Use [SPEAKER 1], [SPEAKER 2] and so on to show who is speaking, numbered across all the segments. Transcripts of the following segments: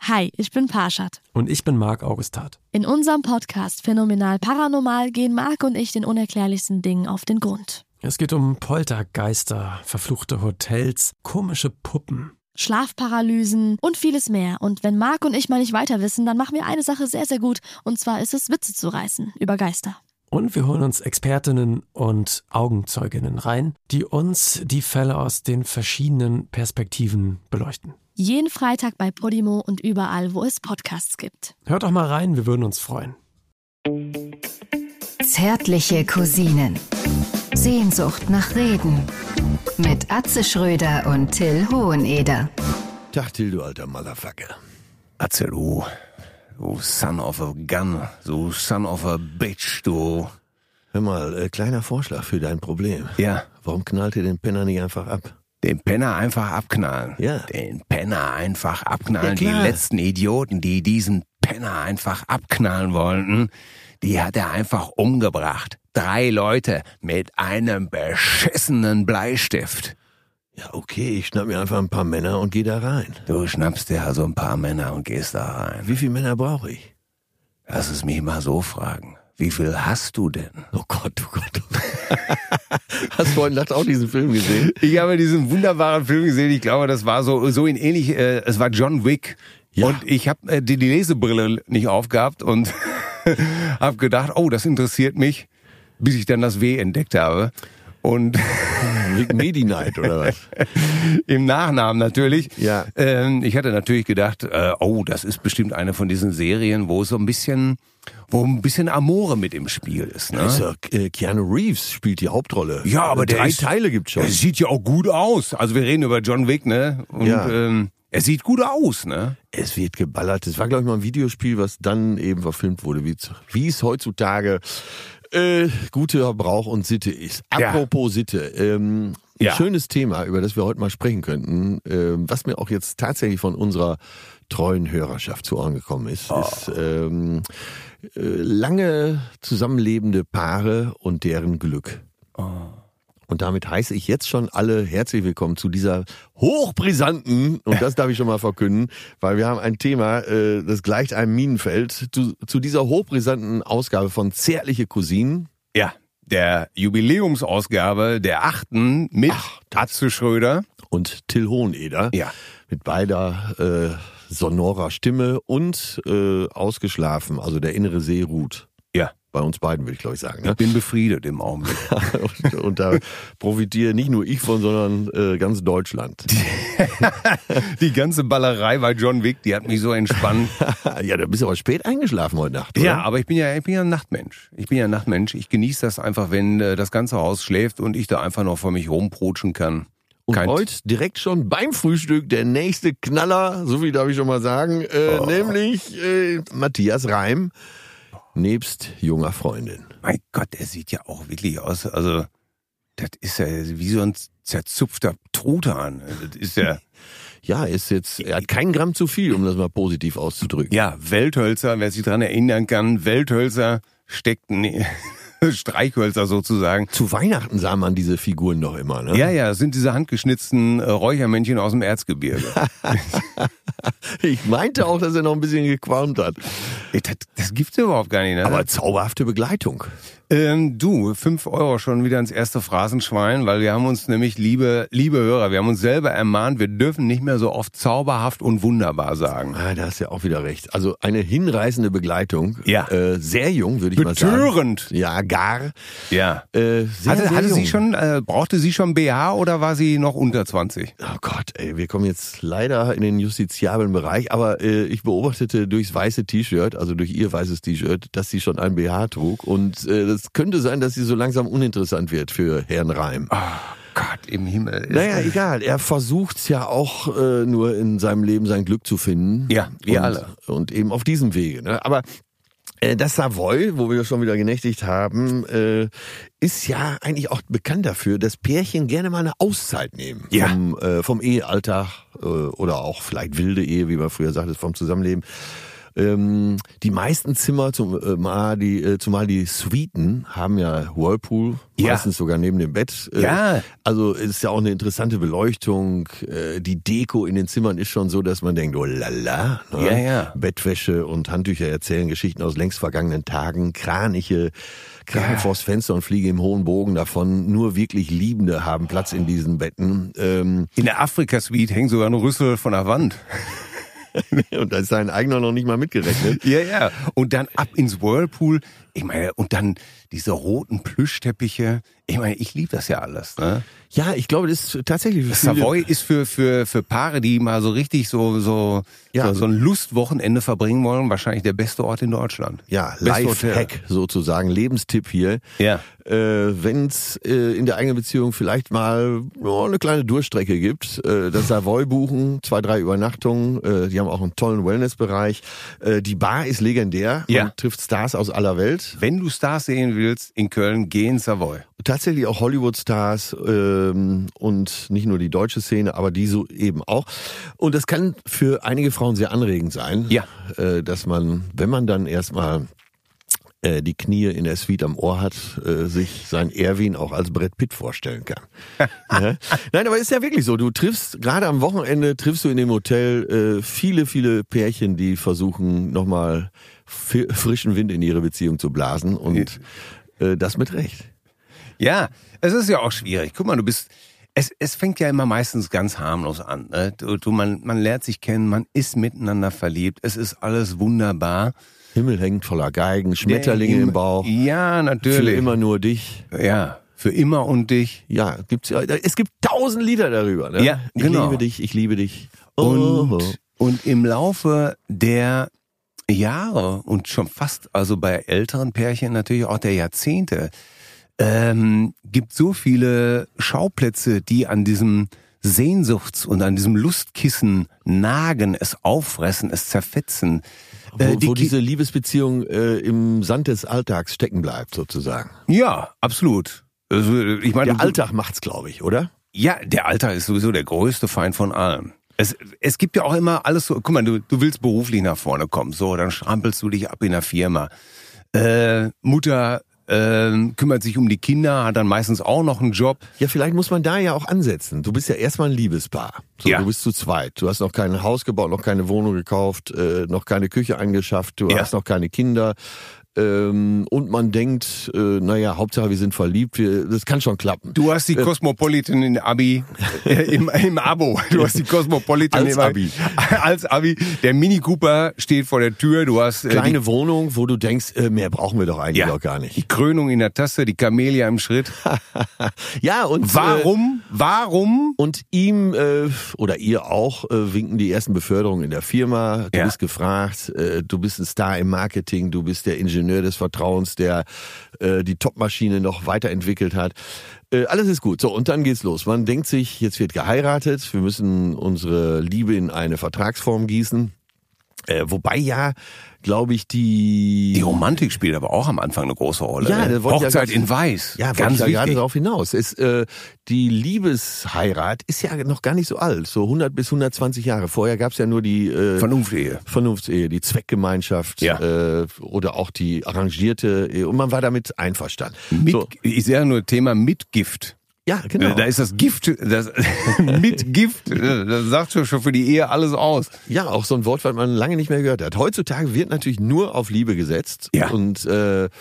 [SPEAKER 1] Hi, ich bin Parshad.
[SPEAKER 2] Und ich bin Marc Augustat.
[SPEAKER 1] In unserem Podcast Phänomenal Paranormal gehen Marc und ich den unerklärlichsten Dingen auf den Grund.
[SPEAKER 2] Es geht um Poltergeister, verfluchte Hotels, komische Puppen,
[SPEAKER 1] Schlafparalysen und vieles mehr. Und wenn Marc und ich mal nicht weiter wissen, dann machen wir eine Sache sehr, sehr gut. Und zwar ist es, Witze zu reißen über Geister.
[SPEAKER 2] Und wir holen uns Expertinnen und Augenzeuginnen rein, die uns die Fälle aus den verschiedenen Perspektiven beleuchten.
[SPEAKER 1] Jeden Freitag bei Podimo und überall, wo es Podcasts gibt.
[SPEAKER 2] Hört doch mal rein, wir würden uns freuen.
[SPEAKER 3] Zärtliche Cousinen. Sehnsucht nach Reden. Mit Atze Schröder und Till Hoheneder.
[SPEAKER 4] Tag, Till, du alter Motherfucker.
[SPEAKER 5] Atze, du son of a gun, du son of a bitch, du.
[SPEAKER 4] Hör mal, kleiner Vorschlag für dein Problem.
[SPEAKER 5] Ja.
[SPEAKER 4] Warum knallt ihr den Penner nicht einfach ab?
[SPEAKER 5] Den Penner einfach abknallen.
[SPEAKER 4] Ja.
[SPEAKER 5] Den Penner einfach abknallen.
[SPEAKER 4] Ja,
[SPEAKER 5] die letzten Idioten, die diesen Penner einfach abknallen wollten, die hat er einfach umgebracht. 3 Leute mit einem beschissenen Bleistift.
[SPEAKER 4] Ja, okay, ich schnapp mir einfach ein paar Männer und geh da rein.
[SPEAKER 5] Du schnappst dir also ein paar Männer und gehst da rein.
[SPEAKER 4] Wie viele Männer brauche ich?
[SPEAKER 5] Lass es mich mal so fragen. Wie viel hast du denn?
[SPEAKER 4] Oh Gott, oh Gott. Hast du heute Nacht auch diesen Film gesehen?
[SPEAKER 5] Ich habe diesen wunderbaren Film gesehen. Ich glaube, das war so in ähnlich, es war John Wick. Ja. Und ich habe die Lesebrille nicht aufgehabt und habe gedacht, oh, das interessiert mich, bis ich dann das W entdeckt habe. Und
[SPEAKER 4] Medi-Night oder was?
[SPEAKER 5] Im Nachnamen natürlich.
[SPEAKER 4] Ja.
[SPEAKER 5] Ich hatte natürlich gedacht, oh, das ist bestimmt eine von diesen Serien, wo ein bisschen Amore mit im Spiel ist. Ne?
[SPEAKER 4] Also, Keanu Reeves spielt die Hauptrolle.
[SPEAKER 5] Ja, aber
[SPEAKER 4] 3 Teile gibt's schon.
[SPEAKER 5] Er sieht ja auch gut aus. Also wir reden über John Wick, ne? Und
[SPEAKER 4] ja.
[SPEAKER 5] Er sieht gut aus, ne?
[SPEAKER 4] Es wird geballert. Es war, glaube ich, mal ein Videospiel, was dann eben verfilmt wurde, wie es heutzutage guter Brauch und Sitte ist. Apropos Sitte, schönes Thema, über das wir heute mal sprechen könnten, was mir auch jetzt tatsächlich von unserer treuen Hörerschaft zu Ohren gekommen ist, ist lange zusammenlebende Paare und deren Glück. Und damit heiße ich jetzt schon alle herzlich willkommen zu dieser hochbrisanten, und das darf ich schon mal verkünden, weil wir haben ein Thema, das gleicht einem Minenfeld, zu dieser hochbrisanten Ausgabe von Zärtliche Cousinen.
[SPEAKER 5] Ja, der Jubiläumsausgabe der 8. mit Atze Schröder
[SPEAKER 4] und Till Hoheneder.
[SPEAKER 5] Ja.
[SPEAKER 4] Mit beider sonorer Stimme und ausgeschlafen, also der innere See ruht.
[SPEAKER 5] Ja.
[SPEAKER 4] Bei uns beiden, würde ich glaube ich sagen. Ne?
[SPEAKER 5] Ich bin befriedet im Augenblick.
[SPEAKER 4] und da profitiere nicht nur ich von, sondern ganz Deutschland.
[SPEAKER 5] Die ganze Ballerei bei John Wick, die hat mich so entspannt.
[SPEAKER 4] Ja, da bist du aber spät eingeschlafen heute Nacht, oder?
[SPEAKER 5] Ja, aber ich bin ja ein Nachtmensch. Ich genieße das einfach, wenn das ganze Haus schläft und ich da einfach noch vor mich rumprutschen kann.
[SPEAKER 4] Und heute direkt schon beim Frühstück der nächste Knaller, so viel darf ich schon mal sagen, nämlich Matthias Reim. Nebst junger Freundin.
[SPEAKER 5] Mein Gott, er sieht ja auch wirklich aus, also das ist ja wie so ein zerzupfter Truthahn. Das ist ja...
[SPEAKER 4] Ja, er hat keinen Gramm zu viel, um das mal positiv auszudrücken.
[SPEAKER 5] Ja, Welthölzer, wer sich daran erinnern kann, Welthölzer steckten... Streichhölzer sozusagen.
[SPEAKER 4] Zu Weihnachten sah man diese Figuren doch immer, ne?
[SPEAKER 5] Ja, das sind diese handgeschnitzten Räuchermännchen aus dem Erzgebirge.
[SPEAKER 4] Ich meinte auch, dass er noch ein bisschen gequalmt hat.
[SPEAKER 5] Das gibt's überhaupt gar nicht, ne?
[SPEAKER 4] Aber zauberhafte Begleitung.
[SPEAKER 5] 5 Euro schon wieder ins erste Phrasenschwein, weil wir haben uns nämlich, liebe Hörer, wir haben uns selber ermahnt, wir dürfen nicht mehr so oft zauberhaft und wunderbar sagen.
[SPEAKER 4] Ah, da hast du ja auch wieder recht. Also eine hinreißende Begleitung.
[SPEAKER 5] Ja.
[SPEAKER 4] Sehr jung, würde ich mal sagen.
[SPEAKER 5] Betörend.
[SPEAKER 4] Ja, gar.
[SPEAKER 5] Ja.
[SPEAKER 4] Hatte
[SPEAKER 5] sie schon, brauchte sie schon BH oder war sie noch unter 20?
[SPEAKER 4] Oh Gott, ey, wir kommen jetzt leider in den justiziablen Bereich, aber ich beobachtete durchs weiße T-Shirt, also durch ihr weißes T-Shirt, dass sie schon ein BH trug und es könnte sein, dass sie so langsam uninteressant wird für Herrn Reim.
[SPEAKER 5] Oh Gott im Himmel.
[SPEAKER 4] Naja, egal. Er versucht ja auch nur in seinem Leben sein Glück zu finden.
[SPEAKER 5] Ja, wir alle.
[SPEAKER 4] Und eben auf diesem Wege. Ne? Aber das Savoy, wo wir schon wieder genächtigt haben, ist ja eigentlich auch bekannt dafür, dass Pärchen gerne mal eine Auszeit nehmen.
[SPEAKER 5] Ja.
[SPEAKER 4] Vom Ehealltag oder auch vielleicht wilde Ehe, wie man früher sagte, vom Zusammenleben. Die meisten Zimmer, zumal die Suiten, haben ja Whirlpool, meistens sogar neben dem Bett. Also es ist ja auch eine interessante Beleuchtung. Die Deko in den Zimmern ist schon so, dass man denkt, oh lala. Ne? Bettwäsche und Handtücher erzählen Geschichten aus längst vergangenen Tagen. Kraniche krachen vors Fenster und fliegen im hohen Bogen davon. Nur wirklich Liebende haben Platz in diesen Betten.
[SPEAKER 5] In der Afrika-Suite hängt sogar ein Rüssel von der Wand.
[SPEAKER 4] Und da ist sein eigener noch nicht mal mitgerechnet.
[SPEAKER 5] Ja. Und dann ab ins Whirlpool. Ich meine, und dann diese roten Plüschteppiche. Ich meine, ich liebe das ja alles, ne?
[SPEAKER 4] Ja, ich glaube, das ist tatsächlich für
[SPEAKER 5] Savoy ist für Paare, die mal so richtig so ein Lustwochenende verbringen wollen, wahrscheinlich der beste Ort in Deutschland.
[SPEAKER 4] Ja, Lifehack sozusagen, Lebenstipp hier.
[SPEAKER 5] Ja.
[SPEAKER 4] Wenn es in der eigenen Beziehung vielleicht mal eine kleine Durchstrecke gibt, das Savoy buchen, 2-3 Übernachtungen, die haben auch einen tollen Wellnessbereich. Die Bar ist legendär und trifft Stars aus aller Welt.
[SPEAKER 5] Wenn du Stars sehen willst in Köln, geh ins Savoy.
[SPEAKER 4] Tatsächlich auch Hollywood-Stars und nicht nur die deutsche Szene, aber die so eben auch. Und das kann für einige Frauen sehr anregend sein, dass man, wenn man dann erstmal die Knie in der Suite am Ohr hat, sich sein Erwin auch als Brad Pitt vorstellen kann. Ja? Nein, aber ist ja wirklich so. Du triffst, gerade am Wochenende triffst du in dem Hotel viele, viele Pärchen, die versuchen, nochmal frischen Wind in ihre Beziehung zu blasen und das mit Recht.
[SPEAKER 5] Ja, es ist ja auch schwierig. Guck mal, es fängt ja immer meistens ganz harmlos an. Ne? Man lernt sich kennen, man ist miteinander verliebt, es ist alles wunderbar.
[SPEAKER 4] Himmel hängt voller Geigen, Schmetterlinge im Bauch.
[SPEAKER 5] Ja, natürlich.
[SPEAKER 4] Für immer nur dich.
[SPEAKER 5] Ja, für immer und dich.
[SPEAKER 4] Ja, es gibt 1000 Lieder darüber. Ne?
[SPEAKER 5] Ja, genau.
[SPEAKER 4] Ich liebe dich.
[SPEAKER 5] Und im Laufe der Jahre und schon fast, also bei älteren Pärchen natürlich auch der Jahrzehnte, gibt so viele Schauplätze, die an diesem Sehnsuchts- und an diesem Lustkissen nagen, es auffressen, es zerfetzen.
[SPEAKER 4] Wo diese Liebesbeziehung im Sand des Alltags stecken bleibt, sozusagen.
[SPEAKER 5] Ja, absolut. Also, ich meine,
[SPEAKER 4] der Alltag macht's, glaube ich, oder?
[SPEAKER 5] Ja, der Alltag ist sowieso der größte Feind von allem. Es gibt ja auch immer alles so, guck mal, du willst beruflich nach vorne kommen, so, dann strampelst du dich ab in der Firma. Mutter kümmert sich um die Kinder, hat dann meistens auch noch einen Job.
[SPEAKER 4] Ja, vielleicht muss man da ja auch ansetzen. Du bist ja erstmal ein Liebespaar. So, du bist zu zweit. Du hast noch kein Haus gebaut, noch keine Wohnung gekauft, noch keine Küche angeschafft, du hast noch keine Kinder. Und man denkt, Hauptsache wir sind verliebt, das kann schon klappen.
[SPEAKER 5] Du hast die Cosmopolitan im Abi, im Abo. Du hast die Cosmopolitan
[SPEAKER 4] als Abi.
[SPEAKER 5] Als Abi. Der Mini Cooper steht vor der Tür. Du hast
[SPEAKER 4] kleine Wohnung, wo du denkst, mehr brauchen wir doch eigentlich auch gar nicht.
[SPEAKER 5] Die Krönung in der Tasse, die Camellia im Schritt.
[SPEAKER 4] Ja, und
[SPEAKER 5] warum?
[SPEAKER 4] Und ihm oder ihr auch winken die ersten Beförderungen in der Firma. Du bist gefragt, du bist ein Star im Marketing, du bist der Ingenieur des Vertrauens, der die Top-Maschine noch weiterentwickelt hat. Alles ist gut. So, und dann geht's los. Man denkt sich, jetzt wird geheiratet, wir müssen unsere Liebe in eine Vertragsform gießen. Wobei glaube ich, die
[SPEAKER 5] Romantik spielt aber auch am Anfang eine große Rolle.
[SPEAKER 4] Ja,
[SPEAKER 5] ne? Hochzeit in Weiß.
[SPEAKER 4] Ja, ganz wichtig. Gerade darauf hinaus. Die Liebesheirat ist ja noch gar nicht so alt, so 100 bis 120 Jahre. Vorher gab's ja nur die Vernunftsehe, die Zweckgemeinschaft oder auch die arrangierte Ehe. Und man war damit einverstanden.
[SPEAKER 5] Ich sehe nur Thema Mitgift.
[SPEAKER 4] Ja, genau.
[SPEAKER 5] Da ist das Gift, mit Gift, das sagt schon für die Ehe alles aus.
[SPEAKER 4] Ja, auch so ein Wort, was man lange nicht mehr gehört hat. Heutzutage wird natürlich nur auf Liebe gesetzt.
[SPEAKER 5] Ja.
[SPEAKER 4] Und das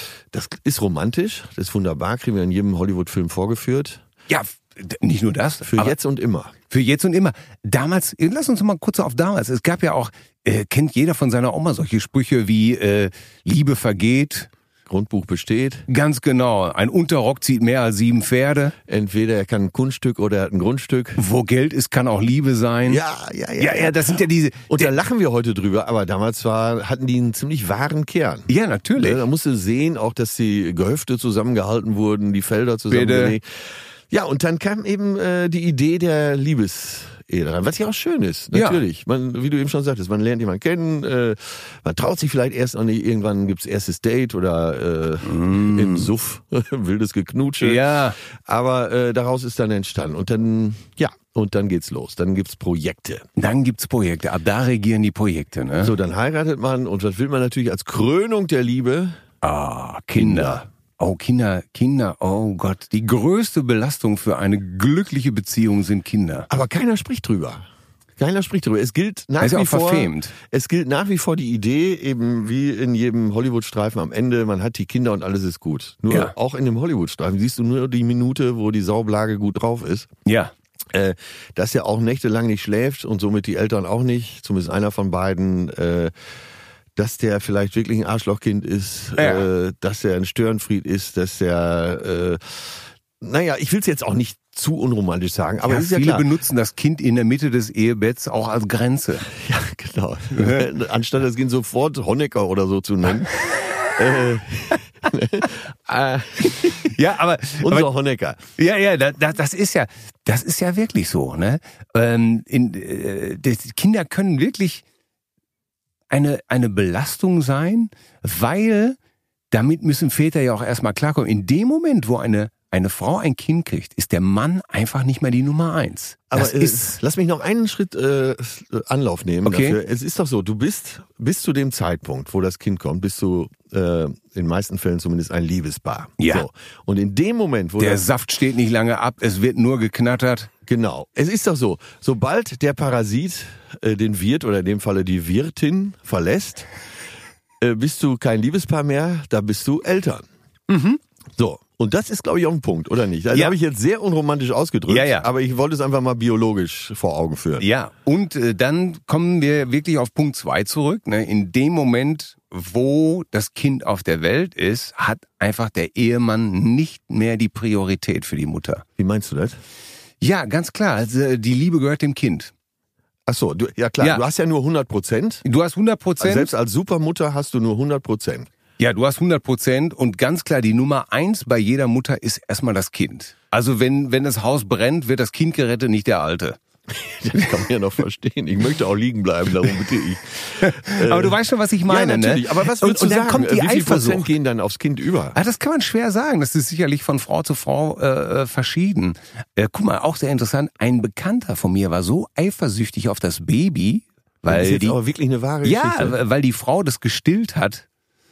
[SPEAKER 4] ist romantisch, das ist wunderbar, kriegen wir in jedem Hollywood-Film vorgeführt.
[SPEAKER 5] Ja, nicht nur das.
[SPEAKER 4] Für jetzt und immer.
[SPEAKER 5] Für jetzt und immer. Damals, lass uns mal kurz auf damals. Es gab ja auch, kennt jeder von seiner Oma solche Sprüche wie Liebe vergeht.
[SPEAKER 4] Grundbuch besteht.
[SPEAKER 5] Ganz genau. Ein Unterrock zieht mehr als 7 Pferde.
[SPEAKER 4] Entweder er kann ein Kunststück oder er hat ein Grundstück.
[SPEAKER 5] Wo Geld ist, kann auch Liebe sein.
[SPEAKER 4] Ja,
[SPEAKER 5] das sind ja diese...
[SPEAKER 4] Und da lachen wir heute drüber, aber damals hatten die einen ziemlich wahren Kern.
[SPEAKER 5] Ja, natürlich.
[SPEAKER 4] Da musst du sehen, auch dass die Gehöfte zusammengehalten wurden, die Felder zusammengelegt. Ja, und dann kam eben die Idee der Liebesehe daran, was ja auch schön ist, natürlich. Ja. Wie du eben schon sagtest, man lernt jemanden kennen, man traut sich vielleicht erst noch nicht, irgendwann gibt's erstes Date oder im Suff, wildes Geknutsche.
[SPEAKER 5] Ja.
[SPEAKER 4] Aber daraus ist dann entstanden. Und dann, und dann geht's los. Dann gibt's Projekte.
[SPEAKER 5] Ab da regieren die Projekte, ne?
[SPEAKER 4] So, dann heiratet man und was will man natürlich als Krönung der Liebe?
[SPEAKER 5] Kinder. Oh, Kinder, oh Gott. Die größte Belastung für eine glückliche Beziehung sind Kinder.
[SPEAKER 4] Aber keiner spricht drüber. Es gilt nach
[SPEAKER 5] wie vor,
[SPEAKER 4] verfemt. Es gilt nach wie vor die Idee, eben wie in jedem Hollywood-Streifen am Ende, man hat die Kinder und alles ist gut. Nur auch in dem Hollywood-Streifen siehst du nur die Minute, wo die Saublage gut drauf ist.
[SPEAKER 5] Ja.
[SPEAKER 4] Dass er auch nächtelang nicht schläft und somit die Eltern auch nicht, zumindest einer von beiden, dass der vielleicht wirklich ein Arschlochkind ist, dass er ein Störenfried ist, dass er, ich will es jetzt auch nicht zu unromantisch sagen, aber es ist ja
[SPEAKER 5] viele
[SPEAKER 4] klar.
[SPEAKER 5] Benutzen das Kind in der Mitte des Ehebetts auch als Grenze.
[SPEAKER 4] Ja, genau. Anstatt das Kind sofort Honecker oder so zu nennen.
[SPEAKER 5] Ja, aber
[SPEAKER 4] unser Honecker.
[SPEAKER 5] Ja, das ist ja wirklich so, ne? Kinder können wirklich eine Belastung sein, weil damit müssen Väter ja auch erstmal klarkommen. In dem Moment, wo eine Frau ein Kind kriegt, ist der Mann einfach nicht mehr die Nummer 1.
[SPEAKER 4] Aber lass mich noch einen Schritt Anlauf nehmen dafür. Es ist doch so, du bist bis zu dem Zeitpunkt, wo das Kind kommt, bist du in den meisten Fällen zumindest ein Liebespaar.
[SPEAKER 5] Ja.
[SPEAKER 4] So. Und in dem Moment, wo
[SPEAKER 5] der Saft steht nicht lange ab, es wird nur geknattert.
[SPEAKER 4] Genau. Es ist doch so, sobald der Parasit den Wirt oder in dem Falle die Wirtin verlässt, bist du kein Liebespaar mehr, da bist du Eltern.
[SPEAKER 5] Mhm.
[SPEAKER 4] So. Und das ist, glaube ich, auch ein Punkt, oder nicht? Das habe ich jetzt sehr unromantisch ausgedrückt, aber ich wollte es einfach mal biologisch vor Augen führen.
[SPEAKER 5] Ja, und dann kommen wir wirklich auf Punkt 2 zurück. Ne? In dem Moment, wo das Kind auf der Welt ist, hat einfach der Ehemann nicht mehr die Priorität für die Mutter.
[SPEAKER 4] Wie meinst du das?
[SPEAKER 5] Ja, ganz klar. Also die Liebe gehört dem Kind.
[SPEAKER 4] Ach so, du hast ja nur 100%.
[SPEAKER 5] Du hast 100%.
[SPEAKER 4] Also selbst als Supermutter hast du nur 100%.
[SPEAKER 5] Ja, du hast 100% und ganz klar, die Nummer 1 bei jeder Mutter ist erstmal das Kind. Also wenn das Haus brennt, wird das Kind gerettet, nicht der Alte.
[SPEAKER 4] Das kann man ja noch verstehen. Ich möchte auch liegen bleiben, darum bitte ich.
[SPEAKER 5] Aber du weißt schon, was ich meine,
[SPEAKER 4] ja, natürlich.
[SPEAKER 5] Ne?
[SPEAKER 4] Aber was würdest du
[SPEAKER 5] dann
[SPEAKER 4] sagen?
[SPEAKER 5] Kommt die
[SPEAKER 4] wie viel
[SPEAKER 5] Eifersucht.
[SPEAKER 4] Prozent gehen dann aufs Kind über?
[SPEAKER 5] Das kann man schwer sagen. Das ist sicherlich von Frau zu Frau verschieden. Guck mal, auch sehr interessant. Ein Bekannter von mir war so eifersüchtig auf das Baby, weil
[SPEAKER 4] das ist jetzt aber wirklich eine wahre Geschichte.
[SPEAKER 5] Ja, weil die Frau das gestillt hat,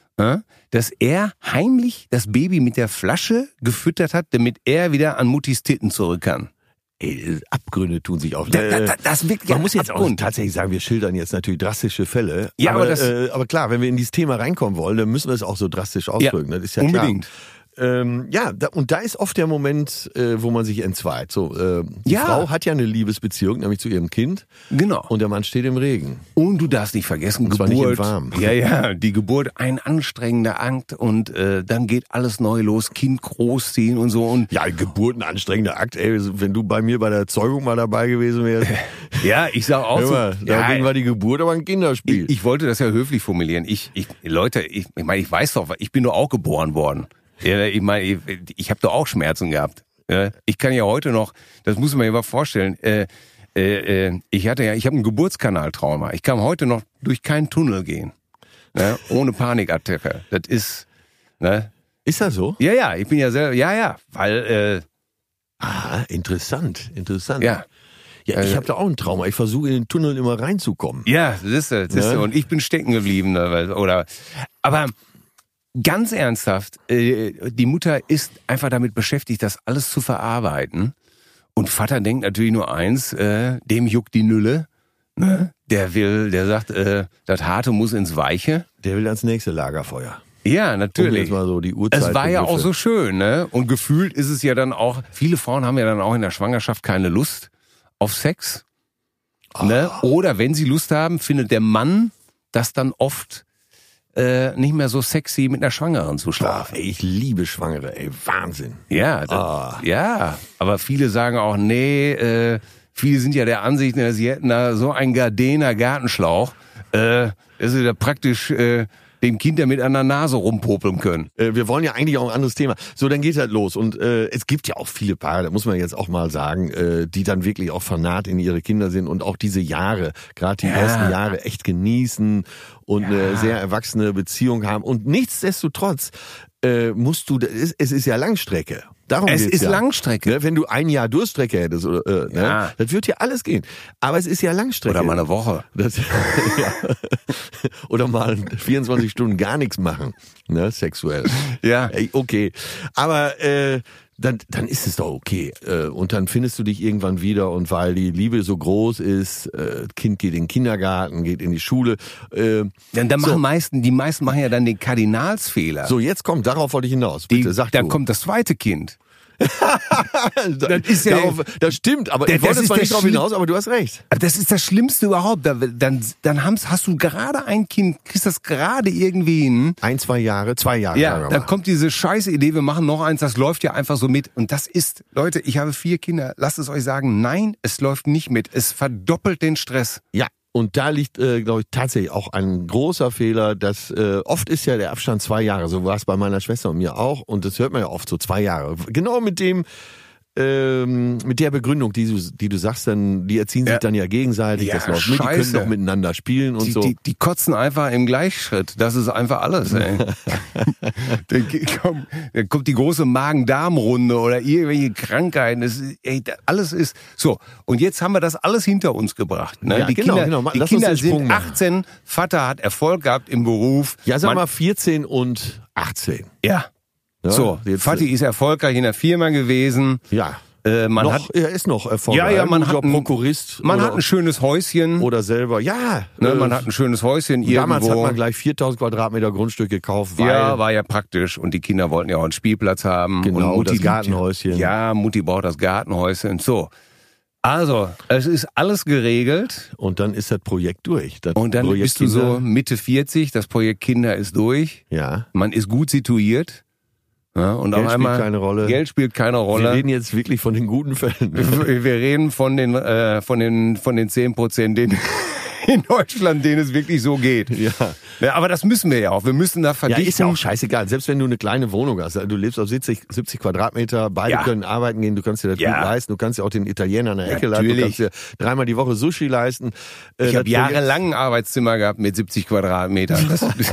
[SPEAKER 5] dass er heimlich das Baby mit der Flasche gefüttert hat, damit er wieder an Muttis Titten zurück kann.
[SPEAKER 4] Abgründe tun sich auf.
[SPEAKER 5] Das wirklich
[SPEAKER 4] man muss jetzt auch tatsächlich sagen, wir schildern jetzt natürlich drastische Fälle.
[SPEAKER 5] Ja,
[SPEAKER 4] aber klar, wenn wir in dieses Thema reinkommen wollen, dann müssen wir es auch so drastisch ausdrücken.
[SPEAKER 5] Ja,
[SPEAKER 4] das ist ja
[SPEAKER 5] unbedingt.
[SPEAKER 4] Klar. Und da ist oft der Moment, wo man sich entzweit. So, die Frau hat ja eine Liebesbeziehung, nämlich zu ihrem Kind.
[SPEAKER 5] Genau.
[SPEAKER 4] Und der Mann steht im Regen.
[SPEAKER 5] Und du darfst nicht vergessen,
[SPEAKER 4] und zwar
[SPEAKER 5] Geburt.
[SPEAKER 4] Nicht im Warm.
[SPEAKER 5] Ja, die Geburt, ein anstrengender Akt und dann geht alles neu los, Kind großziehen und so. Und
[SPEAKER 4] ja, Geburt, ein anstrengender Akt. Ey, wenn du bei mir bei der Zeugung mal dabei gewesen wärst.
[SPEAKER 5] Ja, ich sag auch so.
[SPEAKER 4] Dagegen war die Geburt aber ein Kinderspiel.
[SPEAKER 5] Ich wollte das ja höflich formulieren. Leute, ich meine, ich weiß doch, ich bin doch auch geboren worden. Ja, ich meine, ich habe doch auch Schmerzen gehabt. Ja, ich kann ja heute noch, das muss man sich mal vorstellen, ich habe ein Geburtskanaltrauma. Ich kann heute noch durch keinen Tunnel gehen, ne, ohne Panikattacke. Das ist, ne?
[SPEAKER 4] Ist das so?
[SPEAKER 5] Ja, ich bin ja selber, weil
[SPEAKER 4] interessant.
[SPEAKER 5] Ja.
[SPEAKER 4] Ja, ich habe da auch ein Trauma. Ich versuche in den Tunnel immer reinzukommen.
[SPEAKER 5] Ja, das ist und ich bin stecken geblieben, aber ganz ernsthaft, die Mutter ist einfach damit beschäftigt, das alles zu verarbeiten. Und Vater denkt natürlich nur eins, dem juckt die Nülle. Ne? Der sagt, das Harte muss ins Weiche.
[SPEAKER 4] Der will ans nächste Lagerfeuer.
[SPEAKER 5] Ja, natürlich.
[SPEAKER 4] Jetzt mal so die Uhrzeit
[SPEAKER 5] es war ja auch so schön, ne? Und gefühlt ist es ja dann auch, viele Frauen haben ja dann auch in der Schwangerschaft keine Lust auf Sex. Ne? Oder wenn sie Lust haben, findet der Mann das dann oft nicht mehr so sexy, mit einer Schwangeren zu schlafen.
[SPEAKER 4] Ey, ich liebe Schwangere, ey, Wahnsinn.
[SPEAKER 5] Ja, ja, aber viele sagen auch, nee, viele sind ja der Ansicht, sie hätten da so einen Gardena Gartenschlauch, dass sie da praktisch dem Kind damit an der Nase rumpopeln können.
[SPEAKER 4] Wir wollen ja eigentlich auch ein anderes Thema. So, dann geht's halt los. Und es gibt ja auch viele Paare, da muss man jetzt auch mal sagen, die dann wirklich auch fanat in ihre Kinder sind und auch diese Jahre, gerade die ersten Jahre, echt genießen und eine sehr erwachsene Beziehung haben. Und nichtsdestotrotz musst du, es ist ja Langstrecke. Darum
[SPEAKER 5] es
[SPEAKER 4] geht's
[SPEAKER 5] ist Langstrecke.
[SPEAKER 4] Ne, wenn du ein Jahr Durststrecke hättest, ne, das wird ja alles gehen. Aber es ist ja Langstrecke.
[SPEAKER 5] Oder mal eine Woche.
[SPEAKER 4] Ja. Oder mal 24 Stunden gar nichts machen, ne, sexuell.
[SPEAKER 5] Ja.
[SPEAKER 4] Okay. Aber dann ist es doch okay. Und dann findest du dich irgendwann wieder und weil die Liebe so groß ist, Kind geht in den Kindergarten, geht in die Schule.
[SPEAKER 5] Dann die meisten machen ja dann den Kardinalsfehler.
[SPEAKER 4] So, jetzt kommt, darauf wollte ich hinaus. Bitte, sag du.
[SPEAKER 5] Dann kommt das zweite Kind.
[SPEAKER 4] Das ist ja, das stimmt, aber ich wollte zwar nicht drauf hinaus, aber du hast recht.
[SPEAKER 5] Das ist das Schlimmste überhaupt. Dann hast du gerade ein Kind, kriegst das gerade irgendwie hin.
[SPEAKER 4] 2 Jahre.
[SPEAKER 5] Ja, dann kommt diese scheiße Idee, wir machen noch eins, das läuft ja einfach so mit. Und das ist, Leute, ich habe 4 Kinder, lasst es euch sagen, nein, es läuft nicht mit. Es verdoppelt den Stress.
[SPEAKER 4] Ja. Und da liegt, glaube ich, tatsächlich auch ein großer Fehler, dass oft ist ja der Abstand 2 Jahre, so war es bei meiner Schwester und mir auch, und das hört man ja oft so 2 Jahre. Genau mit der Begründung, die du sagst, dann die erziehen sich dann ja gegenseitig,
[SPEAKER 5] ja,
[SPEAKER 4] das läuft mit, die können doch miteinander spielen und so.
[SPEAKER 5] Die kotzen einfach im Gleichschritt, das ist einfach alles, ey. Dann kommt die große Magen-Darm-Runde oder irgendwelche Krankheiten, alles ist so. Und jetzt haben wir das alles hinter uns gebracht. Ne?
[SPEAKER 4] Ja,
[SPEAKER 5] die
[SPEAKER 4] genau.
[SPEAKER 5] Die Kinder sind 18, Vater hat Erfolg gehabt im Beruf.
[SPEAKER 4] Ja, sag mal 14 und 18.
[SPEAKER 5] Ja.
[SPEAKER 4] Ja,
[SPEAKER 5] so, Vati ist erfolgreich in der Firma gewesen.
[SPEAKER 4] Ja.
[SPEAKER 5] Er
[SPEAKER 4] ist noch erfolgreich.
[SPEAKER 5] Ja, man hat
[SPEAKER 4] Prokurist.
[SPEAKER 5] Man hat ein schönes Häuschen.
[SPEAKER 4] Oder selber, ja.
[SPEAKER 5] Ne, man hat ein schönes Häuschen irgendwo.
[SPEAKER 4] Damals hat man gleich 4000 Quadratmeter Grundstück gekauft.
[SPEAKER 5] Ja, war ja praktisch. Und die Kinder wollten ja auch einen Spielplatz haben.
[SPEAKER 4] Genau,
[SPEAKER 5] und Mutti,
[SPEAKER 4] das Gartenhäuschen.
[SPEAKER 5] Ja, Mutti braucht das Gartenhäuschen. So. Also, es ist alles geregelt.
[SPEAKER 4] Und dann ist das Projekt durch.
[SPEAKER 5] Und dann bist du so Mitte 40, das Projekt Kinder ist durch.
[SPEAKER 4] Ja.
[SPEAKER 5] Man ist gut situiert. Ja, und
[SPEAKER 4] Geld
[SPEAKER 5] auf einmal,
[SPEAKER 4] spielt keine Rolle.
[SPEAKER 5] Geld spielt keine Rolle.
[SPEAKER 4] Wir reden jetzt wirklich von den guten Fällen.
[SPEAKER 5] Wir reden von den 10%, in Deutschland, denen es wirklich so geht.
[SPEAKER 4] Ja.
[SPEAKER 5] Ja, aber das müssen wir ja auch. Wir müssen da verdichten.
[SPEAKER 4] Ja, ist ja auch scheißegal. Selbst wenn du eine kleine Wohnung hast, du lebst auf 70 Quadratmeter, beide können arbeiten gehen, du kannst dir das gut leisten, du kannst ja auch den Italiener an der Ecke leisten, du kannst dir 3-mal die Woche Sushi leisten.
[SPEAKER 5] Ich habe jahrelang ein Arbeitszimmer gehabt mit 70 Quadratmetern.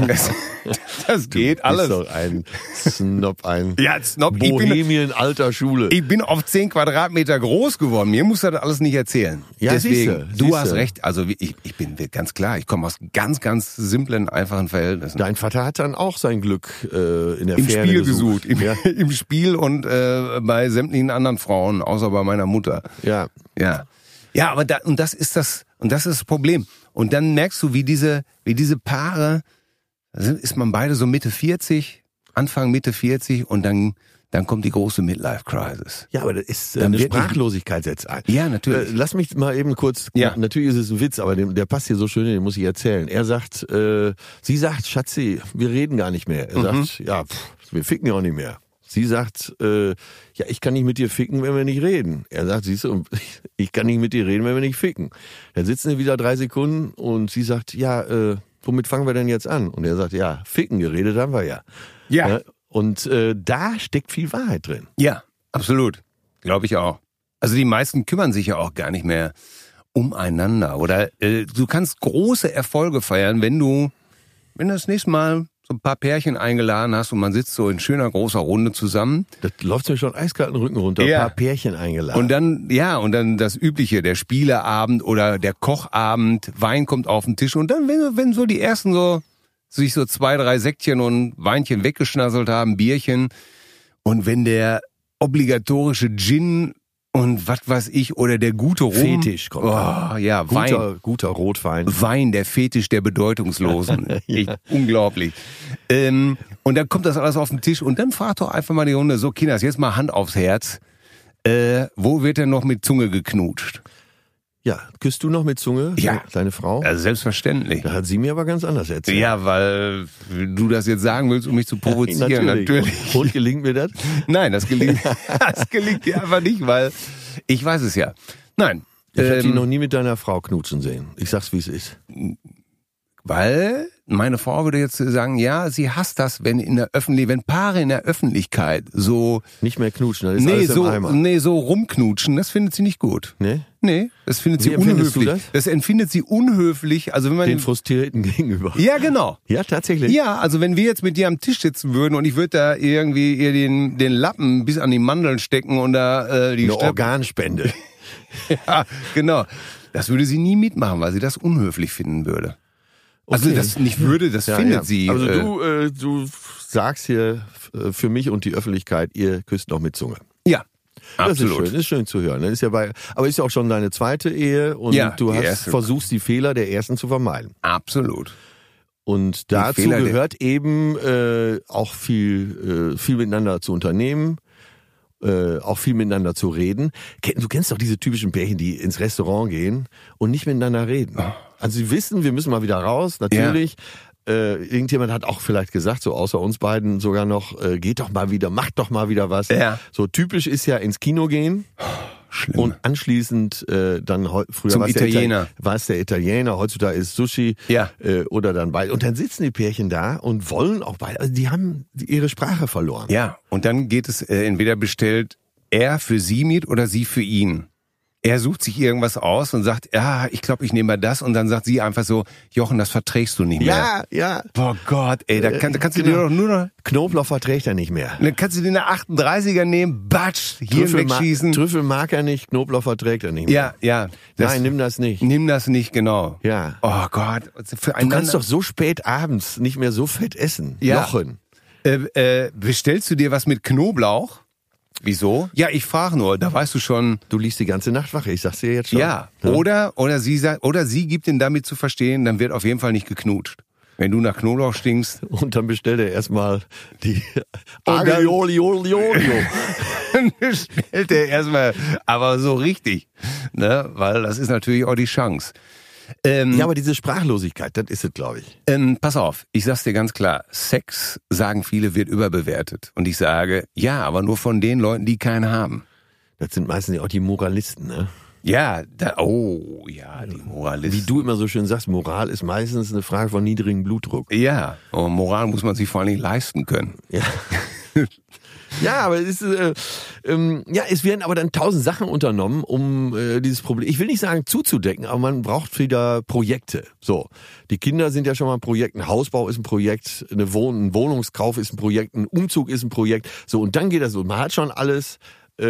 [SPEAKER 5] Das geht alles.
[SPEAKER 4] Das ist doch ein Snob,
[SPEAKER 5] Snob.
[SPEAKER 4] Bohemien alter Schule.
[SPEAKER 5] Ich bin auf 10 Quadratmeter groß geworden. Mir musst du das alles nicht erzählen.
[SPEAKER 4] Ja,
[SPEAKER 5] deswegen, du hast recht. Also ich bin ganz klar, ich komme aus ganz, ganz simplen, einfachen Verhältnissen.
[SPEAKER 4] Dein Vater hat dann auch sein Glück in der
[SPEAKER 5] Im
[SPEAKER 4] Ferne
[SPEAKER 5] Spiel gesucht.
[SPEAKER 4] Im
[SPEAKER 5] Spiel und bei sämtlichen anderen Frauen, außer bei meiner Mutter.
[SPEAKER 4] Ja.
[SPEAKER 5] Ja, aber das ist das Problem. Und dann merkst du, wie diese Paare, ist man beide so Mitte 40, Anfang Mitte 40 und dann kommt die große Midlife-Crisis.
[SPEAKER 4] Ja, aber das ist eine Sprachlosigkeit setzt ein.
[SPEAKER 5] Ja, natürlich.
[SPEAKER 4] Lass mich mal eben kurz, natürlich ist es ein Witz, aber der passt hier so schön, den muss ich erzählen. Er sagt, sie sagt, Schatzi, wir reden gar nicht mehr. Er sagt, wir ficken ja auch nicht mehr. Sie sagt, ich kann nicht mit dir ficken, wenn wir nicht reden. Er sagt, siehst du, ich kann nicht mit dir reden, wenn wir nicht ficken. Dann sitzen wir wieder 3 Sekunden und sie sagt, womit fangen wir denn jetzt an? Und er sagt, ficken, geredet haben wir ja. Ja. Und da steckt viel Wahrheit drin.
[SPEAKER 5] Ja, absolut. Glaube ich auch. Also die meisten kümmern sich ja auch gar nicht mehr umeinander. Oder du kannst große Erfolge feiern, wenn du das nächste Mal so ein paar Pärchen eingeladen hast und man sitzt so in schöner großer Runde zusammen.
[SPEAKER 4] Das läuft mir schon eiskalt den Rücken runter, ein paar Pärchen eingeladen.
[SPEAKER 5] Und dann das Übliche, der Spieleabend oder der Kochabend, Wein kommt auf den Tisch und dann, wenn so die ersten sich so 2, 3 Säckchen und Weinchen weggeschnasselt haben, Bierchen, und wenn der obligatorische Gin und was weiß ich, oder der gute Rum.
[SPEAKER 4] Fetisch kommt.
[SPEAKER 5] Wein.
[SPEAKER 4] Guter Rotwein.
[SPEAKER 5] Wein, der Fetisch der Bedeutungslosen. Unglaublich. Und dann kommt das alles auf den Tisch und dann fragt doch einfach mal die Hunde, so Kinders, jetzt mal Hand aufs Herz. Wo wird denn noch mit Zunge geknutscht?
[SPEAKER 4] Ja, küsst du noch mit Zunge, deine Frau?
[SPEAKER 5] Also selbstverständlich.
[SPEAKER 4] Da hat sie mir aber ganz anders erzählt.
[SPEAKER 5] Ja, weil du das jetzt sagen willst, um mich zu provozieren. Natürlich.
[SPEAKER 4] Und gelingt mir das?
[SPEAKER 5] Nein, das gelingt dir einfach nicht, weil ich weiß es ja. Nein.
[SPEAKER 4] Ich habe dich noch nie mit deiner Frau knutschen sehen. Ich sag's, wie es ist.
[SPEAKER 5] Weil meine Frau würde jetzt sagen, ja, sie hasst das, wenn Paare in der Öffentlichkeit so
[SPEAKER 4] nicht mehr knutschen, dann ist alles im Eimer.
[SPEAKER 5] So rumknutschen, das findet sie nicht gut. Nee, das findet sie unhöflich. Das empfindet sie unhöflich, also wenn man
[SPEAKER 4] den Frustrierten gegenüber.
[SPEAKER 5] Ja, genau.
[SPEAKER 4] Ja, tatsächlich.
[SPEAKER 5] Ja, also wenn wir jetzt mit dir am Tisch sitzen würden und ich würde da irgendwie ihr den Lappen bis an die Mandeln stecken und da die
[SPEAKER 4] Organspende.
[SPEAKER 5] Ja, genau. Das würde sie nie mitmachen, weil sie das unhöflich finden würde. Also das nicht würde, das findet sie.
[SPEAKER 4] Also du sagst hier für mich und die Öffentlichkeit, ihr küsst noch mit Zunge.
[SPEAKER 5] Ja.
[SPEAKER 4] Das ist schön zu hören. Das ist ja aber ist ja auch schon deine zweite Ehe und du versuchst die Fehler der ersten zu vermeiden.
[SPEAKER 5] Absolut.
[SPEAKER 4] Und dazu gehört eben auch viel miteinander zu unternehmen, auch viel miteinander zu reden. Du kennst doch diese typischen Pärchen, die ins Restaurant gehen und nicht miteinander reden. Oh. Also sie wissen, wir müssen mal wieder raus, natürlich. Ja. Irgendjemand hat auch vielleicht gesagt, so außer uns beiden sogar noch, geht doch mal wieder, macht doch mal wieder was.
[SPEAKER 5] Ja.
[SPEAKER 4] So typisch ist ja ins Kino gehen.
[SPEAKER 5] Schlimm.
[SPEAKER 4] Und anschließend dann früher
[SPEAKER 5] zum Italiener.
[SPEAKER 4] War es der Italiener, heutzutage ist Sushi.
[SPEAKER 5] Ja.
[SPEAKER 4] Oder dann beide. Und dann sitzen die Pärchen da und wollen auch beide. Also die haben ihre Sprache verloren.
[SPEAKER 5] Ja, und dann geht es entweder bestellt er für sie mit oder sie für ihn. Er sucht sich irgendwas aus und sagt, ja, ich glaube, ich nehme mal das. Und dann sagt sie einfach so, Jochen, das verträgst du nicht mehr.
[SPEAKER 4] Ja.
[SPEAKER 5] Boah Gott, ey, da kannst du dir doch nur noch...
[SPEAKER 4] Knoblauch verträgt er nicht mehr.
[SPEAKER 5] Dann kannst du dir eine 38er nehmen, batsch, hier wegschießen.
[SPEAKER 4] Trüffel mag er nicht, Knoblauch verträgt er nicht mehr.
[SPEAKER 5] Ja.
[SPEAKER 4] Nein, nimm das nicht.
[SPEAKER 5] Nimm das nicht, genau.
[SPEAKER 4] Ja.
[SPEAKER 5] Oh Gott.
[SPEAKER 4] Du kannst doch so spät abends nicht mehr so fett essen.
[SPEAKER 5] Ja.
[SPEAKER 4] Jochen.
[SPEAKER 5] Bestellst du dir was mit Knoblauch? Wieso? Ja, ich frage nur, da weißt du schon.
[SPEAKER 4] Du liegst die ganze Nacht wach, ich sag's dir jetzt schon.
[SPEAKER 5] Ja, oder sie gibt ihn damit zu verstehen, dann wird auf jeden Fall nicht geknutscht. Wenn du nach Knoblauch stinkst.
[SPEAKER 4] Und dann bestellt er erstmal die Aglio-Olio.
[SPEAKER 5] Dann bestellt er erstmal, aber so richtig. Ne? Weil das ist natürlich auch die Chance.
[SPEAKER 4] Ja, aber diese Sprachlosigkeit, das ist es, glaube ich.
[SPEAKER 5] Pass auf, ich sag's dir ganz klar, Sex, sagen viele, wird überbewertet. Und ich sage, ja, aber nur von den Leuten, die keinen haben.
[SPEAKER 4] Das sind meistens ja auch die Moralisten, ne?
[SPEAKER 5] Ja, die Moralisten.
[SPEAKER 4] Wie du immer so schön sagst, Moral ist meistens eine Frage von niedrigem Blutdruck.
[SPEAKER 5] Ja, und Moral muss man sich vor allen Dingen leisten können.
[SPEAKER 4] Ja. Ja, aber es werden aber dann 1000 Sachen unternommen, um dieses Problem, ich will nicht sagen zuzudecken, aber man braucht wieder Projekte. So, die Kinder sind ja schon mal ein Projekt, ein Hausbau ist ein Projekt, ein Wohnungskauf ist ein Projekt, ein Umzug ist ein Projekt. So, und dann geht das so. Man hat schon alles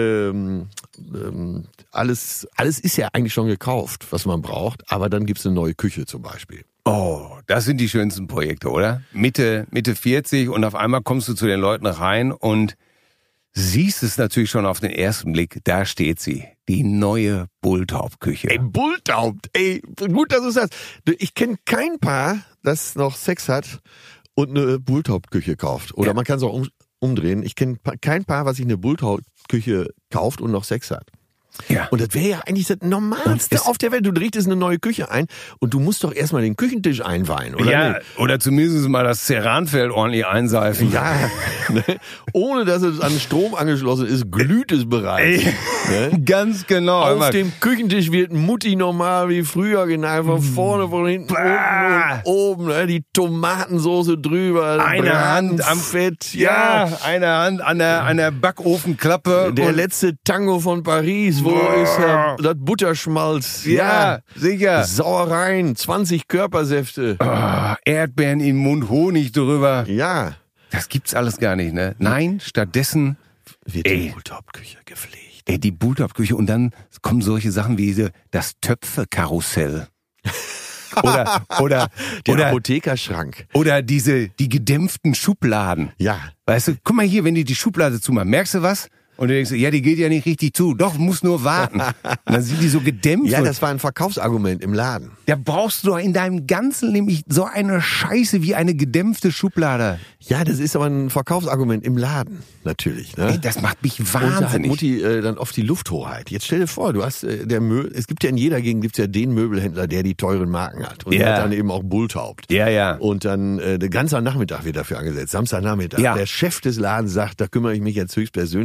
[SPEAKER 4] ist ja eigentlich schon gekauft, was man braucht, aber dann gibt's eine neue Küche zum Beispiel.
[SPEAKER 5] Oh, das sind die schönsten Projekte, oder? Mitte 40 und auf einmal kommst du zu den Leuten rein und siehst es natürlich schon auf den ersten Blick, da steht sie, die neue Bulltaub-Küche.
[SPEAKER 4] Ey, Bulltaub, gut, dass du sagst. Ich kenne kein Paar, das noch Sex hat und eine Bulltaub-Küche kauft. Oder man kann es auch umdrehen. Ich kenne kein Paar, was sich eine Bulltaub-Küche kauft und noch Sex hat.
[SPEAKER 5] Ja.
[SPEAKER 4] Und das wäre ja eigentlich das Normalste auf der Welt. Du richtest eine neue Küche ein und du musst doch erstmal den Küchentisch einweihen, oder?
[SPEAKER 5] Ja,
[SPEAKER 4] nicht?
[SPEAKER 5] Oder zumindest mal das Ceranfeld ordentlich einseifen.
[SPEAKER 4] Ja, ne? Ohne dass es an Strom angeschlossen ist, glüht es bereits. Ne?
[SPEAKER 5] Ganz genau.
[SPEAKER 4] Auf dem Küchentisch wird Mutti normal wie früher genagelt, von vorne, von hinten, unten und oben. Ne? Die Tomatensoße drüber,
[SPEAKER 5] eine Hand am
[SPEAKER 4] Fett.
[SPEAKER 5] Ja, eine Hand an der Backofenklappe.
[SPEAKER 4] Der letzte Tango von Paris. Wo ist das Butterschmalz?
[SPEAKER 5] Ja, sicher.
[SPEAKER 4] Sauereien, 20 Körpersäfte.
[SPEAKER 5] Oh, Erdbeeren im Mund, Honig drüber.
[SPEAKER 4] Ja.
[SPEAKER 5] Das gibt's alles gar nicht, ne? Nein, stattdessen
[SPEAKER 4] wird die Bulltaub-Küche gepflegt.
[SPEAKER 5] Die Bulltaub-Küche und dann kommen solche Sachen wie das Töpfe-Karussell. oder
[SPEAKER 4] Apothekerschrank.
[SPEAKER 5] Oder die gedämpften Schubladen.
[SPEAKER 4] Ja.
[SPEAKER 5] Weißt du, guck mal hier, wenn die Schublade zumacht, merkst du was? Und du denkst, ja, die geht ja nicht richtig zu. Doch, muss nur warten. Und dann sind die so gedämpft.
[SPEAKER 4] Ja, das war ein Verkaufsargument im Laden.
[SPEAKER 5] Da brauchst du doch in deinem ganzen Leben so eine Scheiße wie eine gedämpfte Schublade.
[SPEAKER 4] Ja, das ist aber ein Verkaufsargument im Laden, natürlich. Ne?
[SPEAKER 5] Ey, das macht mich wahnsinnig.
[SPEAKER 4] Und da hat Mutti dann oft die Lufthoheit. Jetzt stell dir vor, du hast es gibt ja in jeder Gegend gibt's ja den Möbelhändler, der die teuren Marken hat. Und der hat dann eben auch Bulltaub.
[SPEAKER 5] Ja.
[SPEAKER 4] Und dann der ganze Nachmittag wird dafür angesetzt, Samstagnachmittag.
[SPEAKER 5] Ja.
[SPEAKER 4] Der Chef des Ladens sagt, da kümmere ich mich jetzt höchstpersönlich drum.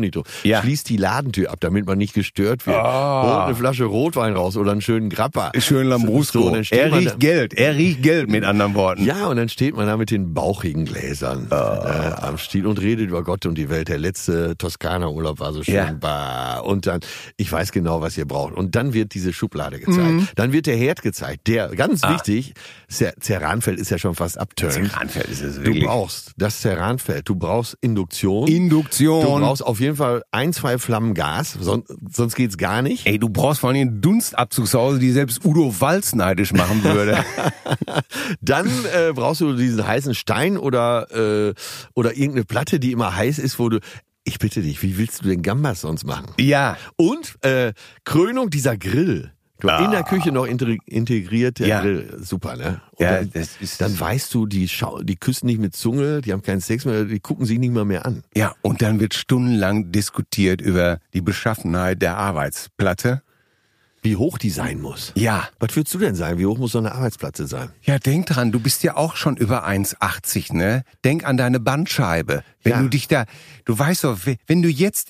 [SPEAKER 4] schließt die Ladentür ab, damit man nicht gestört wird. Holt eine Flasche Rotwein raus oder einen schönen Grappa.
[SPEAKER 5] Schön Lambrusco. So, er riecht Geld, mit anderen Worten.
[SPEAKER 4] Ja, und dann steht man da mit den bauchigen Gläsern am Stiel und redet über Gott und die Welt. Der letzte Toskana-Urlaub war so schön. Ja. Und dann, ich weiß genau, was ihr braucht. Und dann wird diese Schublade gezeigt. Dann wird der Herd gezeigt. Der, ganz wichtig, Ceranfeld ist ja schon fast abturnt.
[SPEAKER 5] Ceranfeld ist es wirklich.
[SPEAKER 4] Du brauchst das Ceranfeld, du brauchst Induktion. Du brauchst auf jeden Fall 1-2 Flammen Gas, sonst geht's gar nicht.
[SPEAKER 5] Ey, du brauchst vor allem einen Dunstabzug zu Hause, die selbst Udo Walz neidisch machen würde.
[SPEAKER 4] Dann brauchst du diesen heißen Stein oder irgendeine Platte, die immer heiß ist, wo du... Ich bitte dich, wie willst du den Gambas sonst machen?
[SPEAKER 5] Ja.
[SPEAKER 4] Und Krönung, dieser Grill. Du in der Küche noch integriert, der Grill. Super, ne? Und dann weißt du, die küssen nicht mit Zunge, die haben keinen Sex mehr, die gucken sich nicht mehr an.
[SPEAKER 5] Ja, und dann wird stundenlang diskutiert über die Beschaffenheit der Arbeitsplatte.
[SPEAKER 4] Wie hoch die sein muss.
[SPEAKER 5] Ja.
[SPEAKER 4] Was würdest du denn sagen? Wie hoch muss so eine Arbeitsplatte sein?
[SPEAKER 5] Ja, denk dran, du bist ja auch schon über 1,80, ne? Denk an deine Bandscheibe. Wenn du dich da, du weißt doch, wenn du jetzt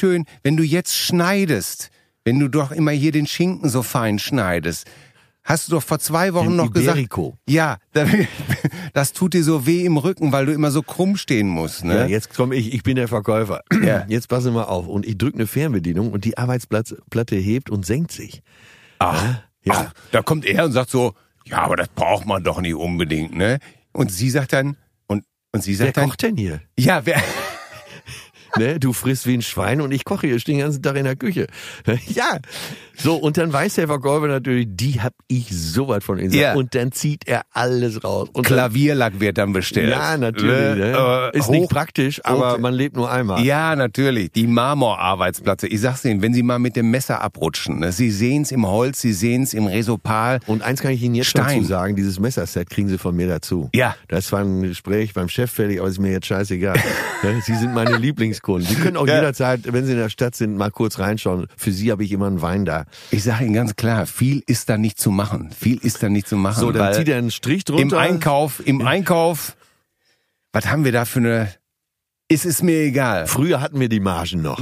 [SPEAKER 5] schneidest, wenn du doch immer hier den Schinken so fein schneidest, hast du doch vor 2 Wochen noch
[SPEAKER 4] Iberico
[SPEAKER 5] gesagt. Ja, das tut dir so weh im Rücken, weil du immer so krumm stehen musst, ne?
[SPEAKER 4] Ja, jetzt komme ich bin der Verkäufer. Ja. Jetzt passe mal auf. Und ich drücke eine Fernbedienung und die Arbeitsplatte hebt und senkt sich.
[SPEAKER 5] Ach, da kommt er und sagt so, ja, aber das braucht man doch nicht unbedingt, ne? Und sie sagt dann,
[SPEAKER 4] wer kocht denn hier?
[SPEAKER 5] Ja, wer...
[SPEAKER 4] Ne, du frisst wie ein Schwein und ich koche hier, stehe den ganzen Tag in der Küche. Ja, so, und dann weiß der Verkäufer natürlich, die hab ich so weit von Ihnen. Und dann zieht er alles raus. Und
[SPEAKER 5] Klavierlack wird dann bestellt.
[SPEAKER 4] Ja, natürlich. Ne? Ist nicht praktisch, aber man lebt nur einmal.
[SPEAKER 5] Ja, natürlich. Die Marmorarbeitsplatte. Ich sag's Ihnen, wenn Sie mal mit dem Messer abrutschen, ne? Sie sehen's im Holz, Sie sehen's im Resopal.
[SPEAKER 4] Und eins kann ich Ihnen jetzt dazu sagen, dieses Messerset kriegen Sie von mir dazu.
[SPEAKER 5] Ja.
[SPEAKER 4] Das war ein Gespräch beim Chef fertig, aber ist mir jetzt scheißegal. Sie sind meine Lieblingskunden. Sie können auch jederzeit, wenn Sie in der Stadt sind, mal kurz reinschauen. Für Sie habe ich immer einen Wein da.
[SPEAKER 5] Ich sage Ihnen ganz klar, viel ist da nicht zu machen.
[SPEAKER 4] So, dann zieht er einen Strich drunter.
[SPEAKER 5] Im Einkauf, was haben wir da für eine... Es ist mir egal.
[SPEAKER 4] Früher hatten wir die Margen noch.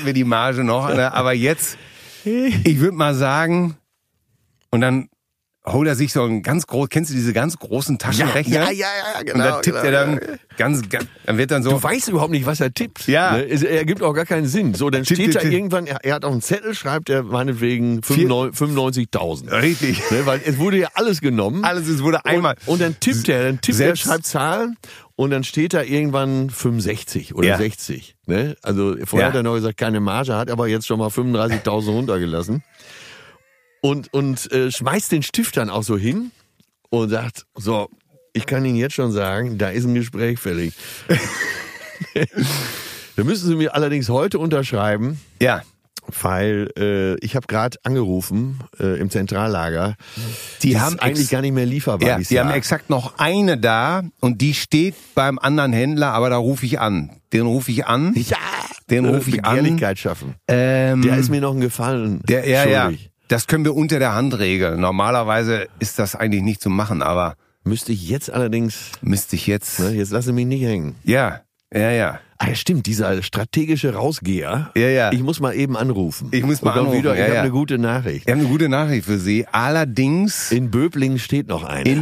[SPEAKER 5] Ne? Aber jetzt, ich würde mal sagen, und dann holt er sich so ein kennst du diese ganz großen Taschenrechner?
[SPEAKER 4] Ja, genau.
[SPEAKER 5] Und da tippt er dann dann wird dann so...
[SPEAKER 4] Du weißt überhaupt nicht, was er tippt.
[SPEAKER 5] Ja.
[SPEAKER 4] Ne? Er gibt auch gar keinen Sinn. So, dann steht da irgendwann, er hat auf einen Zettel, schreibt er meinetwegen 95.000.
[SPEAKER 5] Richtig.
[SPEAKER 4] Ne? Weil es wurde ja alles genommen.
[SPEAKER 5] Es wurde einmal...
[SPEAKER 4] Und dann tippt er, schreibt Zahlen und dann steht da irgendwann 65 oder 60. Ne? Also vorher hat er noch gesagt, keine Marge, hat aber jetzt schon mal 35.000 runtergelassen. Und schmeißt den Stift dann auch so hin und sagt, so, ich kann Ihnen jetzt schon sagen, da ist ein Gespräch fällig. Da müssen Sie mir allerdings heute unterschreiben.
[SPEAKER 5] Ja.
[SPEAKER 4] Weil ich habe gerade angerufen im Zentrallager.
[SPEAKER 5] Die haben
[SPEAKER 4] eigentlich gar nicht mehr lieferbar.
[SPEAKER 5] Ja, die haben exakt noch eine da und die steht beim anderen Händler, aber da rufe ich an. Den rufe ich an.
[SPEAKER 4] Ja.
[SPEAKER 5] Den rufe ich an.
[SPEAKER 4] Begehrlichkeit schaffen. Der ist mir noch ein Gefallen.
[SPEAKER 5] Ja. Das können wir unter der Hand regeln. Normalerweise ist das eigentlich nicht zu machen, aber...
[SPEAKER 4] Müsste ich jetzt allerdings...
[SPEAKER 5] Ne,
[SPEAKER 4] jetzt lasse mich nicht hängen.
[SPEAKER 5] Ja. Ah ja, stimmt,
[SPEAKER 4] dieser strategische Rausgeher.
[SPEAKER 5] Ja.
[SPEAKER 4] Ich muss mal eben anrufen.
[SPEAKER 5] Ich habe
[SPEAKER 4] eine gute Nachricht.
[SPEAKER 5] Ich habe eine gute Nachricht für Sie. Allerdings...
[SPEAKER 4] In Böblingen steht noch einer.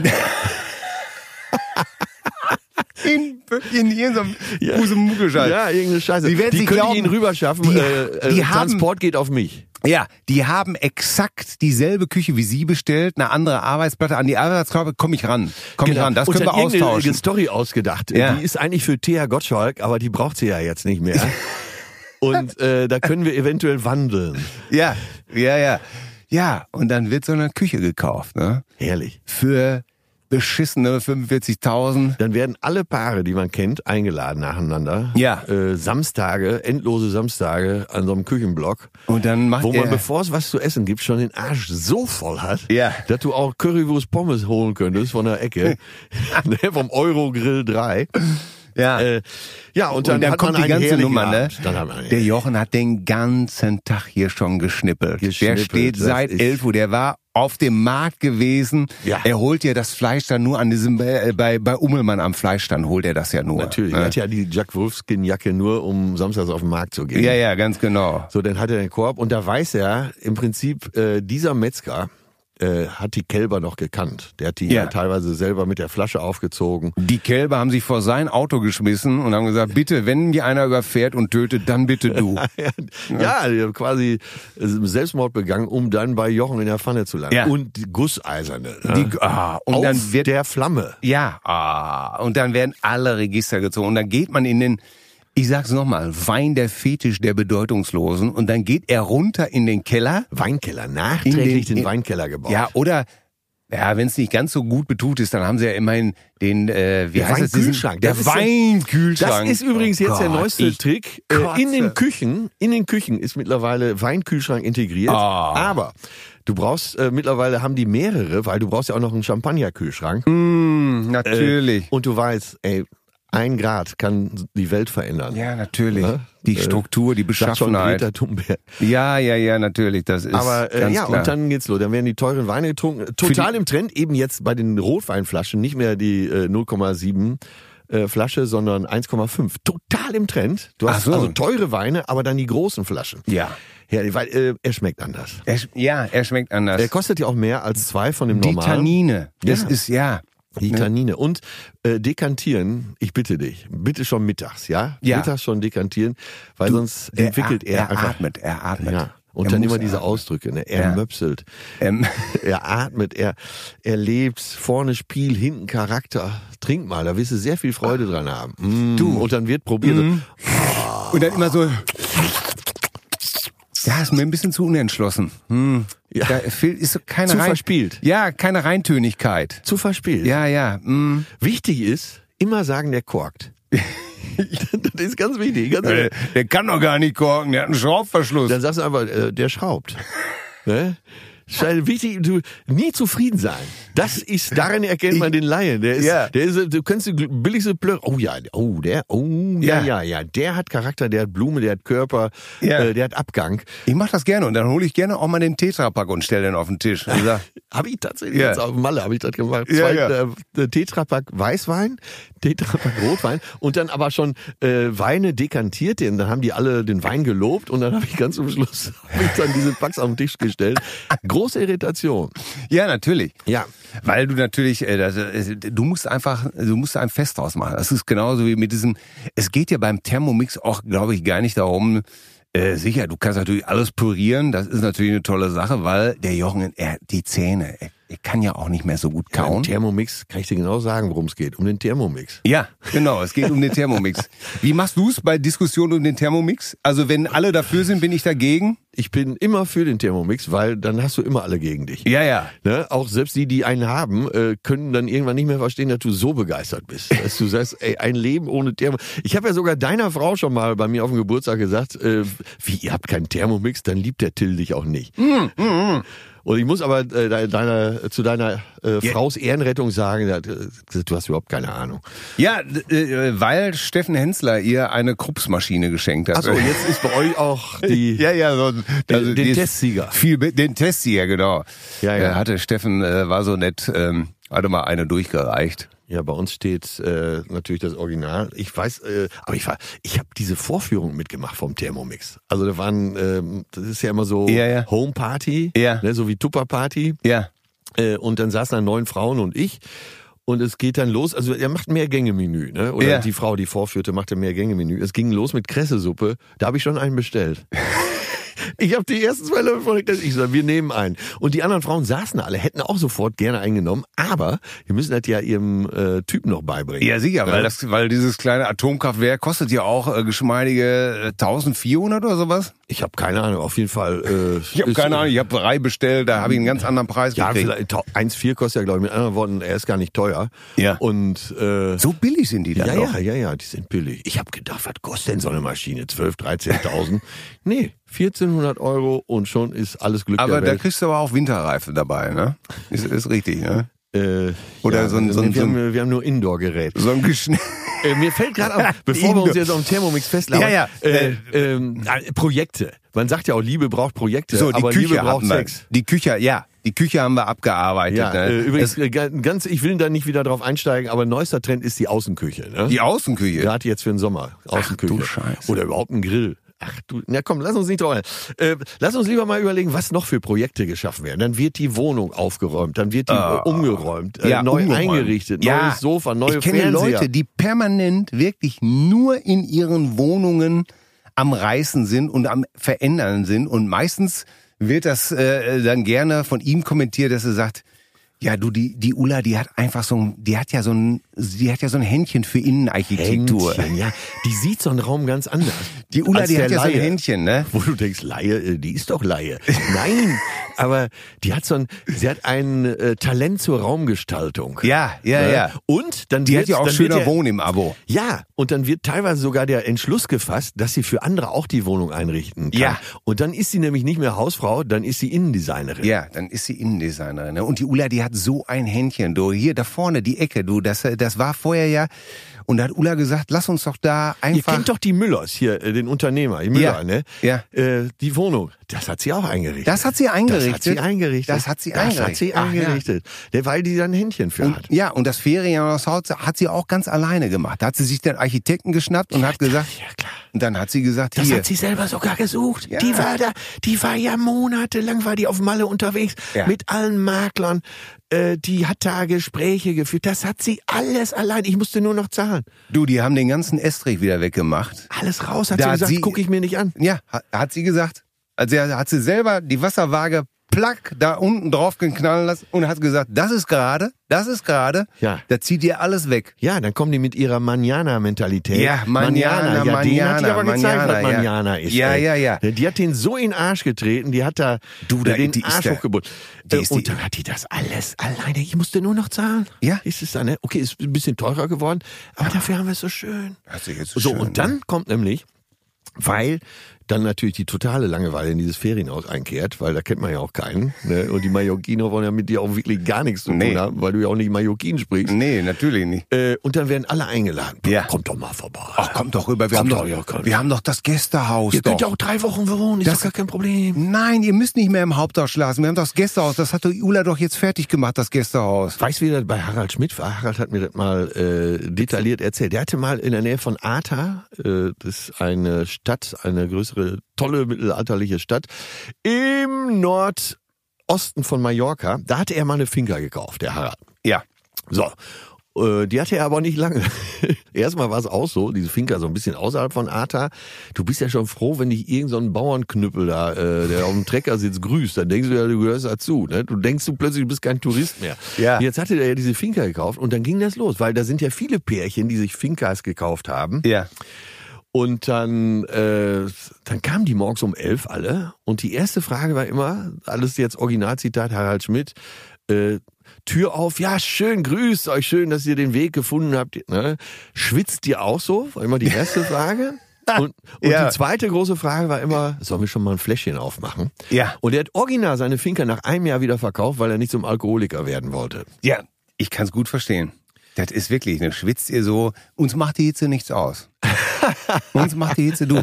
[SPEAKER 5] In irgendeinem Muselmuckelscheiß.
[SPEAKER 4] Ja, irgendeine Scheiße.
[SPEAKER 5] Die
[SPEAKER 4] können Ihnen rüberschaffen. Transport geht auf mich.
[SPEAKER 5] Ja, die haben exakt dieselbe Küche wie Sie bestellt, eine andere Arbeitsplatte. An die Arbeitsplatte komme ich ran. Das können wir austauschen.
[SPEAKER 4] Eine Story ausgedacht.
[SPEAKER 5] Ja.
[SPEAKER 4] Die ist eigentlich für Thea Gottschalk, aber die braucht sie ja jetzt nicht mehr. Und da können wir eventuell wandeln.
[SPEAKER 5] Ja. Ja, und dann wird so eine Küche gekauft. Ne?
[SPEAKER 4] Herrlich.
[SPEAKER 5] Für beschissene 45.000.
[SPEAKER 4] Dann werden alle Paare, die man kennt, eingeladen nacheinander.
[SPEAKER 5] Ja.
[SPEAKER 4] Endlose Samstage an so einem Küchenblock.
[SPEAKER 5] Und dann
[SPEAKER 4] wo man, bevor es was zu essen gibt, schon den Arsch so voll hat, dass du auch Currywurst Pommes holen könntest von der Ecke. Vom Eurogrill 3.
[SPEAKER 5] Ja.
[SPEAKER 4] Und dann hat
[SPEAKER 5] kommt
[SPEAKER 4] man
[SPEAKER 5] die ganze Nummer, ne?
[SPEAKER 4] Der
[SPEAKER 5] Jochen hat den ganzen Tag hier schon geschnippelt. Der steht seit 11 Uhr, der war auf dem Markt gewesen.
[SPEAKER 4] Ja.
[SPEAKER 5] Er holt ja das Fleisch dann nur an diesem, bei Ummelmann am Fleischstand holt er das ja nur.
[SPEAKER 4] Natürlich,
[SPEAKER 5] ne?
[SPEAKER 4] er hat ja die Jack Wolfskin-Jacke nur, um samstags auf den Markt zu gehen.
[SPEAKER 5] Ja, ganz genau.
[SPEAKER 4] So, dann hat er den Korb und da weiß er im Prinzip, dieser Metzger hat die Kälber noch gekannt. Der hat die ja teilweise selber mit der Flasche aufgezogen.
[SPEAKER 5] Die Kälber haben sich vor sein Auto geschmissen und haben gesagt, bitte, wenn mir einer überfährt und tötet, dann bitte du.
[SPEAKER 4] Ja, die haben quasi Selbstmord begangen, um dann bei Jochen in der Pfanne zu landen. Ja. Und die Gusseiserne.
[SPEAKER 5] Und
[SPEAKER 4] auf
[SPEAKER 5] dann wird
[SPEAKER 4] der Flamme.
[SPEAKER 5] Ja, und dann werden alle Register gezogen. Und dann geht man in den, ich sag's nochmal, Wein der Fetisch der Bedeutungslosen. Und dann geht er runter in den Keller.
[SPEAKER 4] Weinkeller, nachträglich den Weinkeller gebaut.
[SPEAKER 5] Ja, oder, ja, wenn es nicht ganz so gut betut ist, dann haben sie ja immerhin den,
[SPEAKER 4] Weinkühlschrank.
[SPEAKER 5] Der Weinkühlschrank.
[SPEAKER 4] Das ist übrigens jetzt der neueste Trick. In den Küchen ist mittlerweile Weinkühlschrank integriert. Aber du brauchst, mittlerweile haben die mehrere, weil du brauchst ja auch noch einen Champagnerkühlschrank.
[SPEAKER 5] Natürlich.
[SPEAKER 4] Und du weißt, 1 Grad kann die Welt verändern.
[SPEAKER 5] Ja, natürlich. Ja? Die Struktur, die Beschaffenheit.
[SPEAKER 4] Greta Thunberg.
[SPEAKER 5] Ja, natürlich. Das ist
[SPEAKER 4] aber
[SPEAKER 5] ganz klar.
[SPEAKER 4] Und dann geht's los. Dann werden die teuren Weine getrunken. Total im Trend, eben jetzt bei den Rotweinflaschen, nicht mehr die 0,7 Flasche, sondern 1,5. Total im Trend. Du hast also teure Weine, aber dann die großen Flaschen.
[SPEAKER 5] Ja.
[SPEAKER 4] Ja, weil er schmeckt anders.
[SPEAKER 5] Er schmeckt anders.
[SPEAKER 4] Er kostet ja auch mehr als 2 von dem normalen.
[SPEAKER 5] Die Tannine. Das ist,
[SPEAKER 4] Die Tannine. Und dekantieren, ich bitte dich, bitte schon mittags, ja? Mittags schon dekantieren, weil sonst entwickelt er einfach...
[SPEAKER 5] Er atmet.
[SPEAKER 4] Ja. Und dann immer diese Ausdrücke, ne? Er möpselt, er atmet, er lebt, vorne Spiel, hinten Charakter. Trink mal, da wirst du sehr viel Freude dran haben. Und dann wird probiert.
[SPEAKER 5] Und dann immer so... Ja, ist mir ein bisschen zu unentschlossen.
[SPEAKER 4] Ja.
[SPEAKER 5] Da ist keine
[SPEAKER 4] zu verspielt.
[SPEAKER 5] Ja, keine Reintönigkeit.
[SPEAKER 4] Zu verspielt.
[SPEAKER 5] Ja.
[SPEAKER 4] Wichtig ist, immer sagen, der korkt. Das ist ganz wichtig.
[SPEAKER 5] Der kann doch gar nicht korken, der hat einen Schraubverschluss.
[SPEAKER 4] Dann sagst du einfach, der schraubt. Ne? Wichtig, nie zufrieden sein. Das ist, darin erkennt man den Laien. Der ist, du kennst die billigste Plöre. Der hat Charakter, der hat Blume, der hat Körper, der hat Abgang.
[SPEAKER 5] Ich mach das gerne und dann hole ich gerne auch mal den Tetrapack und stelle den auf den Tisch.
[SPEAKER 4] Habe ich tatsächlich jetzt auf Malle, habe ich das gemacht. 2 Tetrapack Weißwein, Tetrapack Rotwein und dann aber schon Weine dekantiert. Dann haben die alle den Wein gelobt und dann habe ich ganz zum Schluss dann diese Packs auf den Tisch gestellt. Große Irritation.
[SPEAKER 5] Ja, natürlich.
[SPEAKER 4] Ja.
[SPEAKER 5] Weil du natürlich, du musst ein Fest draus machen. Das ist genauso wie mit diesem, es geht ja beim Thermomix auch, glaube ich, gar nicht darum, sicher, du kannst natürlich alles pürieren, das ist natürlich eine tolle Sache, weil der Jochen, die Zähne, er kann ja auch nicht mehr so gut kauen.
[SPEAKER 4] Ja, Thermomix, kann ich dir genau sagen, worum es geht. Um den Thermomix.
[SPEAKER 5] Ja, genau, es geht um den Thermomix. Wie machst du es bei Diskussionen um den Thermomix? Also wenn alle dafür sind, bin ich dagegen?
[SPEAKER 4] Ich bin immer für den Thermomix, weil dann hast du immer alle gegen dich.
[SPEAKER 5] Ja.
[SPEAKER 4] Ne? Auch selbst die einen haben, können dann irgendwann nicht mehr verstehen, dass du so begeistert bist. Dass du sagst, ein Leben ohne Thermomix. Ich habe ja sogar deiner Frau schon mal bei mir auf dem Geburtstag gesagt, wie, ihr habt keinen Thermomix, dann liebt der Till dich auch nicht. Und ich muss aber zu deiner Fraus Ehrenrettung sagen, du hast überhaupt keine Ahnung.
[SPEAKER 5] Ja, weil Steffen Hensler ihr eine Kruppsmaschine geschenkt hat.
[SPEAKER 4] Achso, jetzt ist bei euch auch die den Testsieger.
[SPEAKER 5] Den Testsieger, genau.
[SPEAKER 4] Ja.
[SPEAKER 5] Hatte Steffen, war so nett, hatte mal eine durchgereicht.
[SPEAKER 4] Ja, bei uns steht natürlich das Original. Ich weiß, aber ich habe diese Vorführung mitgemacht vom Thermomix. Also da waren, das ist ja immer so Home Party, ne, so wie Tupper Party.
[SPEAKER 5] Ja.
[SPEAKER 4] Und dann saßen da 9 Frauen und ich. Und es geht dann los, also er macht Mehrgänge-Menü, ne? Oder die Frau, die vorführte, machte Mehrgänge-Menü. Es ging los mit Kressesuppe. Da habe ich schon einen bestellt. Ich habe die ersten 2 Löffel von der Klasse. Ich sage, wir nehmen einen. Und die anderen Frauen saßen alle, hätten auch sofort gerne eingenommen, aber wir müssen das ja ihrem Typen noch beibringen.
[SPEAKER 5] Ja, sicher, weil dieses kleine Atomkraftwerk kostet ja auch geschmeidige 1400 oder sowas.
[SPEAKER 4] Ich habe keine Ahnung, auf jeden Fall.
[SPEAKER 5] Ich habe keine Ahnung, ich habe 3 bestellt, da habe ich einen ganz anderen Preis gekriegt.
[SPEAKER 4] Ja, vielleicht 1,4 kostet ja, glaube ich, mit anderen Worten, er ist gar nicht teuer.
[SPEAKER 5] Ja.
[SPEAKER 4] Und
[SPEAKER 5] so billig sind die dann doch.
[SPEAKER 4] Ja, die sind billig. Ich habe gedacht, was kostet denn so eine Maschine? 12.000, 13.000? Nee, 1.400 € und schon ist alles Glück der Welt.
[SPEAKER 5] Aber da kriegst du aber auch Winterreifen dabei, ne? Ist richtig, ne? Oder
[SPEAKER 4] ja, wir haben nur Indoor-Gerät.
[SPEAKER 5] So ein
[SPEAKER 4] mir fällt gerade auf, bevor wir uns jetzt auf dem Thermomix festlagern, Projekte. Man sagt ja auch, Liebe braucht Projekte,
[SPEAKER 5] so, die
[SPEAKER 4] aber
[SPEAKER 5] Küche
[SPEAKER 4] Liebe braucht Sex.
[SPEAKER 5] Die Küche, ja. Die Küche haben wir abgearbeitet.
[SPEAKER 4] Ja,
[SPEAKER 5] ne?
[SPEAKER 4] Übrigens, ich will da nicht wieder drauf einsteigen, aber neuester Trend ist die Außenküche. Ne?
[SPEAKER 5] Die Außenküche?
[SPEAKER 4] Gerade jetzt für den Sommer. Außenküche.
[SPEAKER 5] Ach, du Scheiße.
[SPEAKER 4] Oder überhaupt ein Grill. Ach du, na komm, lass uns nicht drüber. Lass uns lieber mal überlegen, was noch für Projekte geschaffen werden. Dann wird die Wohnung aufgeräumt, dann wird die umgeräumt, neu eingerichtet, neues Sofa, neue Fernseher.
[SPEAKER 5] Ich kenne Leute, die permanent wirklich nur in ihren Wohnungen am Reißen sind und am Verändern sind. Und meistens wird das dann gerne von ihm kommentiert, dass er sagt, ja, du, die Ulla, die hat ja so ein Händchen für Innenarchitektur.
[SPEAKER 4] Händchen, ja. Die sieht so einen Raum ganz anders.
[SPEAKER 5] Die Ulla, die hat ja so ein Händchen, ne?
[SPEAKER 4] Wo du denkst, Laie, die ist doch Laie. Nein, aber sie hat ein Talent zur Raumgestaltung.
[SPEAKER 5] Ja.
[SPEAKER 4] Und dann
[SPEAKER 5] die hat ja auch schöner Wohnen im Abo.
[SPEAKER 4] Ja, und dann wird teilweise sogar der Entschluss gefasst, dass sie für andere auch die Wohnung einrichten kann.
[SPEAKER 5] Ja.
[SPEAKER 4] Und dann ist sie nämlich nicht mehr Hausfrau, dann ist sie Innendesignerin.
[SPEAKER 5] Ja, dann ist sie Innendesignerin. Ne? Und die Ulla, die hat so ein Händchen, du, hier da vorne, die Ecke, du, das war vorher ja, und da hat Ulla gesagt, lass uns doch da einfach...
[SPEAKER 4] Ihr kennt doch die Müllers hier, den Unternehmer, die Müller, ne?
[SPEAKER 5] Ja.
[SPEAKER 4] Die Wohnung, das hat sie auch eingerichtet.
[SPEAKER 5] Das hat sie eingerichtet?
[SPEAKER 4] Das hat sie eingerichtet. Weil die da ein Händchen für hat.
[SPEAKER 5] Ja, und das Ferienhaus hat sie auch ganz alleine gemacht. Da hat sie sich den Architekten geschnappt und hat gesagt...
[SPEAKER 4] Ja, klar.
[SPEAKER 5] Und dann hat sie gesagt,
[SPEAKER 4] das hat sie selber sogar gesucht. Ja. Die war ja monatelang auf Malle unterwegs mit allen Maklern. Die hat da Gespräche geführt. Das hat sie alles allein. Ich musste nur noch zahlen.
[SPEAKER 5] Du, die haben den ganzen Estrich wieder weggemacht.
[SPEAKER 4] Alles raus, hat sie gesagt, gucke ich mir nicht an.
[SPEAKER 5] Ja, hat sie gesagt. Also hat sie selber die Wasserwaage plack da unten drauf knallen lassen und hat gesagt, das ist gerade,
[SPEAKER 4] ja.
[SPEAKER 5] Da zieht ihr alles weg.
[SPEAKER 4] Ja, dann kommen die mit ihrer Manjana-Mentalität.
[SPEAKER 5] Ja, Manjana.
[SPEAKER 4] Den hat die aber gezeigt, was Manjana ist.
[SPEAKER 5] Ja.
[SPEAKER 4] Die hat den so in den Arsch getreten, die hat da den Arsch hochgebunden. Und dann hat die das alles alleine, ich musste nur noch zahlen.
[SPEAKER 5] Ja.
[SPEAKER 4] Ist es dann, ne? Okay, ist ein bisschen teurer geworden, aber dafür haben wir es so schön.
[SPEAKER 5] Das ist jetzt so schön,
[SPEAKER 4] und dann kommt nämlich, weil dann natürlich die totale Langeweile in dieses Ferienhaus einkehrt, weil da kennt man ja auch keinen. Ne? Und die Mallorquiner wollen ja mit dir auch wirklich gar nichts zu tun haben, weil du ja auch nicht Mallorquin sprichst.
[SPEAKER 5] Nee, natürlich nicht.
[SPEAKER 4] Und dann werden alle eingeladen.
[SPEAKER 5] Ja.
[SPEAKER 4] Kommt doch mal vorbei.
[SPEAKER 5] Ach, kommt doch rüber. Wir haben doch das Gästehaus.
[SPEAKER 4] Ihr könnt ja auch 3 Wochen wohnen, ist doch gar kein Problem.
[SPEAKER 5] Nein, ihr müsst nicht mehr im Haupthaus schlafen. Wir haben doch das Gästehaus. Das hat die Ulla doch jetzt fertig gemacht, das Gästehaus.
[SPEAKER 4] Weißt du, wie das bei Harald Schmidt war? Harald hat mir das mal detailliert erzählt. Der hatte mal in der Nähe von Arta, das ist eine Stadt, eine größere, tolle mittelalterliche Stadt, im Nordosten von Mallorca, da hatte er mal eine Finca gekauft, der Harald.
[SPEAKER 5] Ja.
[SPEAKER 4] So. Die hatte er aber nicht lange. Erstmal war es auch so, diese Finca so ein bisschen außerhalb von Arta. Du bist ja schon froh, wenn dich irgend so ein Bauernknüppel da, der auf dem Trecker sitzt, grüßt. Dann denkst du ja, du gehörst dazu. Ne? Du denkst plötzlich, du bist kein Tourist mehr.
[SPEAKER 5] Ja.
[SPEAKER 4] Jetzt hatte der ja diese Finca gekauft und dann ging das los, weil da sind ja viele Pärchen, die sich Fincas gekauft haben.
[SPEAKER 5] Ja.
[SPEAKER 4] Und dann kamen die morgens um 11 alle und die erste Frage war immer, alles jetzt Originalzitat Harald Schmidt, Tür auf, ja schön, grüßt euch, schön, dass ihr den Weg gefunden habt. Ne? Schwitzt ihr auch so? War immer die erste Frage. Und die zweite große Frage war immer, sollen wir schon mal ein Fläschchen aufmachen?
[SPEAKER 5] Ja.
[SPEAKER 4] Und er hat original seine Finca nach einem Jahr wieder verkauft, weil er nicht zum Alkoholiker werden wollte.
[SPEAKER 5] Ja, ich kann es gut verstehen. Das ist wirklich, ne, schwitzt ihr so, uns macht die Hitze nichts aus. Uns macht die Hitze, du.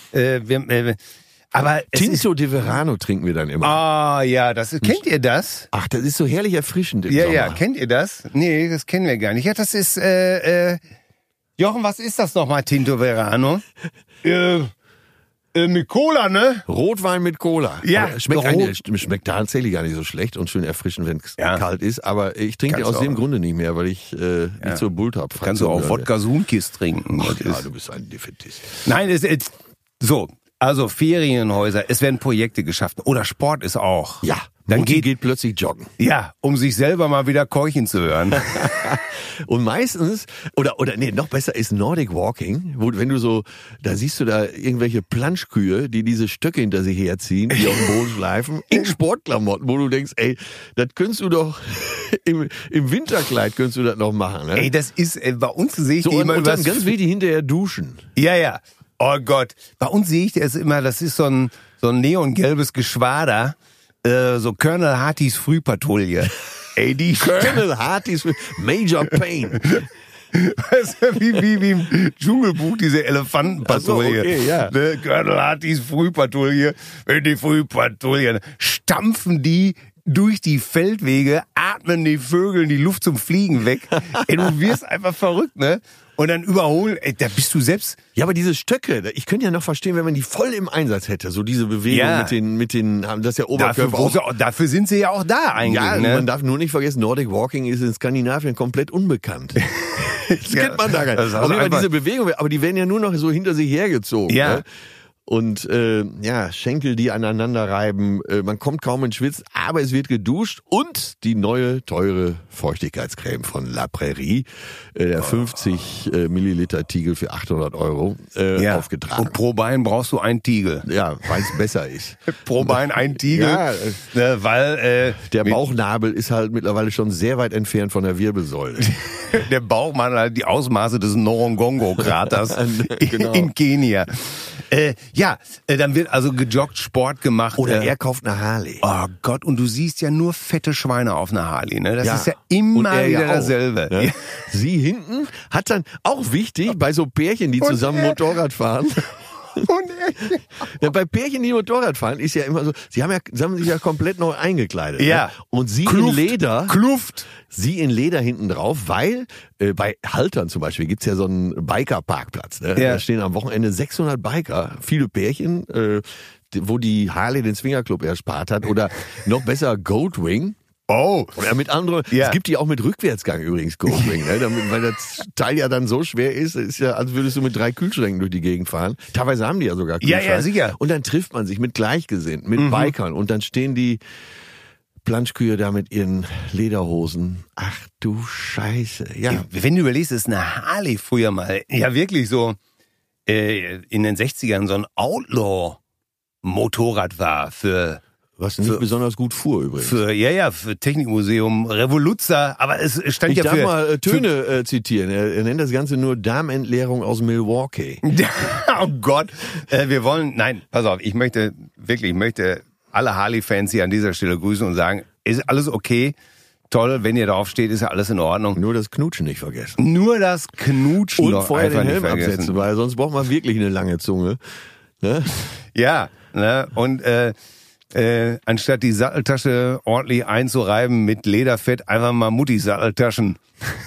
[SPEAKER 5] Aber
[SPEAKER 4] Tinto de Verano trinken wir dann immer.
[SPEAKER 5] Ah, ja, kennt ihr das?
[SPEAKER 4] Ach, das ist so herrlich erfrischend im Sommer.
[SPEAKER 5] Ja, kennt ihr das? Nee, das kennen wir gar nicht. Ja, das ist, Jochen, was ist das nochmal, Tinto Verano? Mit Cola, ne?
[SPEAKER 4] Rotwein mit Cola.
[SPEAKER 5] Ja.
[SPEAKER 4] Schmeckt tatsächlich gar nicht so schlecht und schön erfrischend, wenn es kalt ist. Aber ich trinke den aus dem Grunde nicht mehr, weil ich nicht so Bult habe.
[SPEAKER 5] Kannst du auch Wodka Sunkist trinken.
[SPEAKER 4] Ach, ja, du bist ein Defetist.
[SPEAKER 5] Nein, so. Also Ferienhäuser, es werden Projekte geschaffen. Oder Sport ist auch.
[SPEAKER 4] Ja. Dann geht plötzlich joggen.
[SPEAKER 5] Ja, um sich selber mal wieder keuchen zu hören.
[SPEAKER 4] Und meistens, noch besser ist Nordic Walking, wo, wenn du so, da siehst du da irgendwelche Planschkühe, die diese Stöcke hinter sich herziehen, die auf dem Boden schleifen, in Sportklamotten, wo du denkst, ey, das könntest du doch, im Winterkleid könntest du das noch machen, ne?
[SPEAKER 5] Ey, das ist, bei uns sehe ich
[SPEAKER 4] so,
[SPEAKER 5] die immer
[SPEAKER 4] und dann ganz wichtig hinterher duschen.
[SPEAKER 5] Ja. Oh Gott. Bei uns sehe ich das immer, das ist so ein neongelbes Geschwader. So Colonel Hartys Frühpatrouille. Ey, die
[SPEAKER 4] Colonel Hartys Major Payne.
[SPEAKER 5] Weißt du, wie im Dschungelbuch diese Elefantenpatrouille.
[SPEAKER 4] Okay, ja.
[SPEAKER 5] Ne, Colonel Hartys Frühpatrouille. Wenn die Frühpatrouille stampfen die durch die Feldwege, atmen die Vögel die Luft zum Fliegen weg. Ey, du wirst einfach verrückt, ne? Und dann überholen, ey, da bist du selbst.
[SPEAKER 4] Ja, aber diese Stöcke, ich könnte ja noch verstehen, wenn man die voll im Einsatz hätte, so diese Bewegung mit den, das ist ja Oberkörper.
[SPEAKER 5] Dafür sind sie ja auch da eigentlich.
[SPEAKER 4] Ja,
[SPEAKER 5] ne?
[SPEAKER 4] Man darf nur nicht vergessen, Nordic Walking ist in Skandinavien komplett unbekannt. Das kennt man da gar nicht. Aber diese Bewegung, aber die werden ja nur noch so hinter sich hergezogen.
[SPEAKER 5] Ja.
[SPEAKER 4] Ne? Und Schenkel, die aneinander reiben, man kommt kaum ins Schwitz, aber es wird geduscht und die neue teure Feuchtigkeitscreme von La Prairie, der 50 Milliliter Tiegel für 800 Euro aufgetragen.
[SPEAKER 5] Und pro Bein brauchst du einen Tiegel.
[SPEAKER 4] Ja, weil es besser ist.
[SPEAKER 5] Pro Bein ein Tiegel,
[SPEAKER 4] ja,
[SPEAKER 5] weil
[SPEAKER 4] der Bauchnabel ist halt mittlerweile schon sehr weit entfernt von der Wirbelsäule.
[SPEAKER 5] Der Bauchmann hat die Ausmaße des Norongongo-Kraters in Kenia. Dann wird also gejoggt, Sport gemacht.
[SPEAKER 4] Oder er kauft eine Harley.
[SPEAKER 5] Oh Gott, und du siehst ja nur fette Schweine auf einer Harley, ne? Das ist ja immer wieder dasselbe.
[SPEAKER 4] Ne? Ja. Sie hinten hat dann, auch wichtig, bei so Pärchen, die zusammen Motorrad fahren. Ja, bei Pärchen, die Motorrad fahren, ist ja immer so, sie haben sich ja komplett neu eingekleidet.
[SPEAKER 5] Ja.
[SPEAKER 4] Ne? Und sie in Leder. Sie in Leder hinten drauf, weil bei Haltern zum Beispiel gibt's ja so einen Biker-Parkplatz. Ne? Ja. Da stehen am Wochenende 600 Biker, viele Pärchen, wo die Harley den Swingerclub erspart hat. Oder noch besser Goldwing.
[SPEAKER 5] Oh.
[SPEAKER 4] Oder mit anderen. Ja. Es gibt die auch mit Rückwärtsgang übrigens, Goldwing, ne? Weil das Teil ja dann so schwer ist ja, als würdest du mit 3 Kühlschränken durch die Gegend fahren. Teilweise haben die ja sogar Kühlschränke.
[SPEAKER 5] Ja, sicher.
[SPEAKER 4] Und dann trifft man sich mit Gleichgesinnten, mit Bikern und dann stehen die Planschkühe da mit ihren Lederhosen. Ach du Scheiße. Ja.
[SPEAKER 5] Wenn du überlegst, ist eine Harley früher mal, ja wirklich so, in den 60ern so ein Outlaw-Motorrad war
[SPEAKER 4] was nicht besonders gut fuhr übrigens.
[SPEAKER 5] Für Technikmuseum Revoluzzer, aber es stand
[SPEAKER 4] ich darf mal Töne zitieren. Er nennt das Ganze nur Darmentleerung aus Milwaukee.
[SPEAKER 5] Oh Gott. Pass auf, ich möchte alle Harley-Fans hier an dieser Stelle grüßen und sagen, ist alles okay, toll, wenn ihr drauf steht, ist ja alles in Ordnung.
[SPEAKER 4] Nur das Knutschen nicht vergessen.
[SPEAKER 5] Und
[SPEAKER 4] vorher den Helm absetzen, weil sonst braucht man wirklich eine lange Zunge. Ne?
[SPEAKER 5] Ja, ne? Und anstatt die Satteltasche ordentlich einzureiben mit Lederfett, einfach mal Muttis Satteltaschen.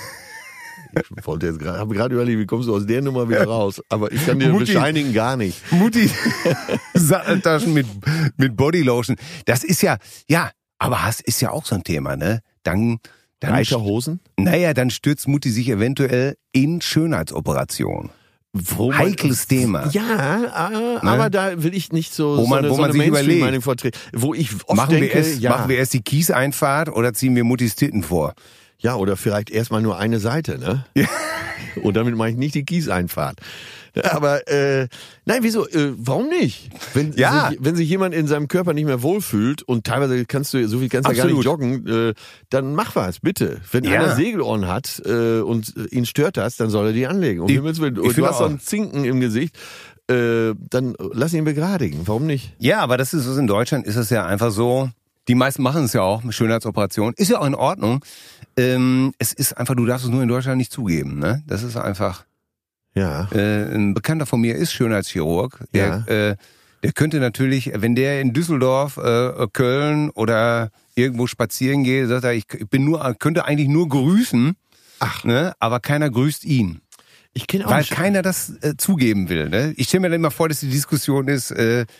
[SPEAKER 4] Ich habe gerade überlegt, wie kommst du aus der Nummer wieder raus? Aber ich kann dir bescheinigen, gar nicht.
[SPEAKER 5] Mutti Satteltaschen mit Bodylotion. Das ist ja, aber Hass ist ja auch so ein Thema, ne? Dann
[SPEAKER 4] Reiterhosen?
[SPEAKER 5] Naja, dann stürzt Mutti sich eventuell in Schönheitsoperationen. Heikles Thema.
[SPEAKER 4] Ja, aber da will ich nicht so
[SPEAKER 5] wo man sich überlegt,
[SPEAKER 4] vertreten. Wo ich oft
[SPEAKER 5] machen wir erst die Kieseinfahrt oder ziehen wir Muttis Titten vor?
[SPEAKER 4] Ja, oder vielleicht erstmal nur eine Seite, ne?
[SPEAKER 5] Ja.
[SPEAKER 4] Und damit meine ich nicht die Kieseinfahrt. Aber nein, wieso? Warum nicht? Wenn sich jemand in seinem Körper nicht mehr wohlfühlt und teilweise kannst du ja gar nicht joggen, dann mach was, bitte. Wenn einer Segelohren hat und ihn stört das, dann soll er die anlegen. Du hast so einen Zinken im Gesicht, dann lass ihn begradigen. Warum nicht?
[SPEAKER 5] Ja, aber das ist in Deutschland ist es ja einfach so. Die meisten machen es ja auch mit Schönheitsoperationen. Ist ja auch in Ordnung. Es ist einfach, du darfst es nur in Deutschland nicht zugeben, ne? Das ist einfach.
[SPEAKER 4] Ja.
[SPEAKER 5] Ein Bekannter von mir ist Schönheitschirurg. Der könnte natürlich, wenn der in Düsseldorf, Köln oder irgendwo spazieren geht, sagt er, ich könnte eigentlich nur grüßen.
[SPEAKER 4] Ach.
[SPEAKER 5] Ne? Aber keiner grüßt ihn.
[SPEAKER 4] Ich kenne auch.
[SPEAKER 5] Weil keiner das zugeben will. Ne? Ich stelle mir dann immer vor, dass die Diskussion ist,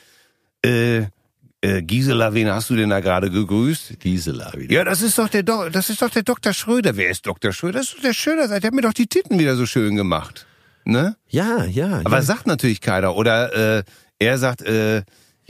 [SPEAKER 5] Gisela, wen hast du denn da gerade gegrüßt?
[SPEAKER 4] Gisela wieder.
[SPEAKER 5] Ja, das ist doch der Dr. Schröder. Wer ist Dr. Schröder? Das ist doch der Schröder. Der hat mir doch die Titten wieder so schön gemacht. Ne?
[SPEAKER 4] Ja.
[SPEAKER 5] Aber sagt natürlich keiner. Oder er sagt, der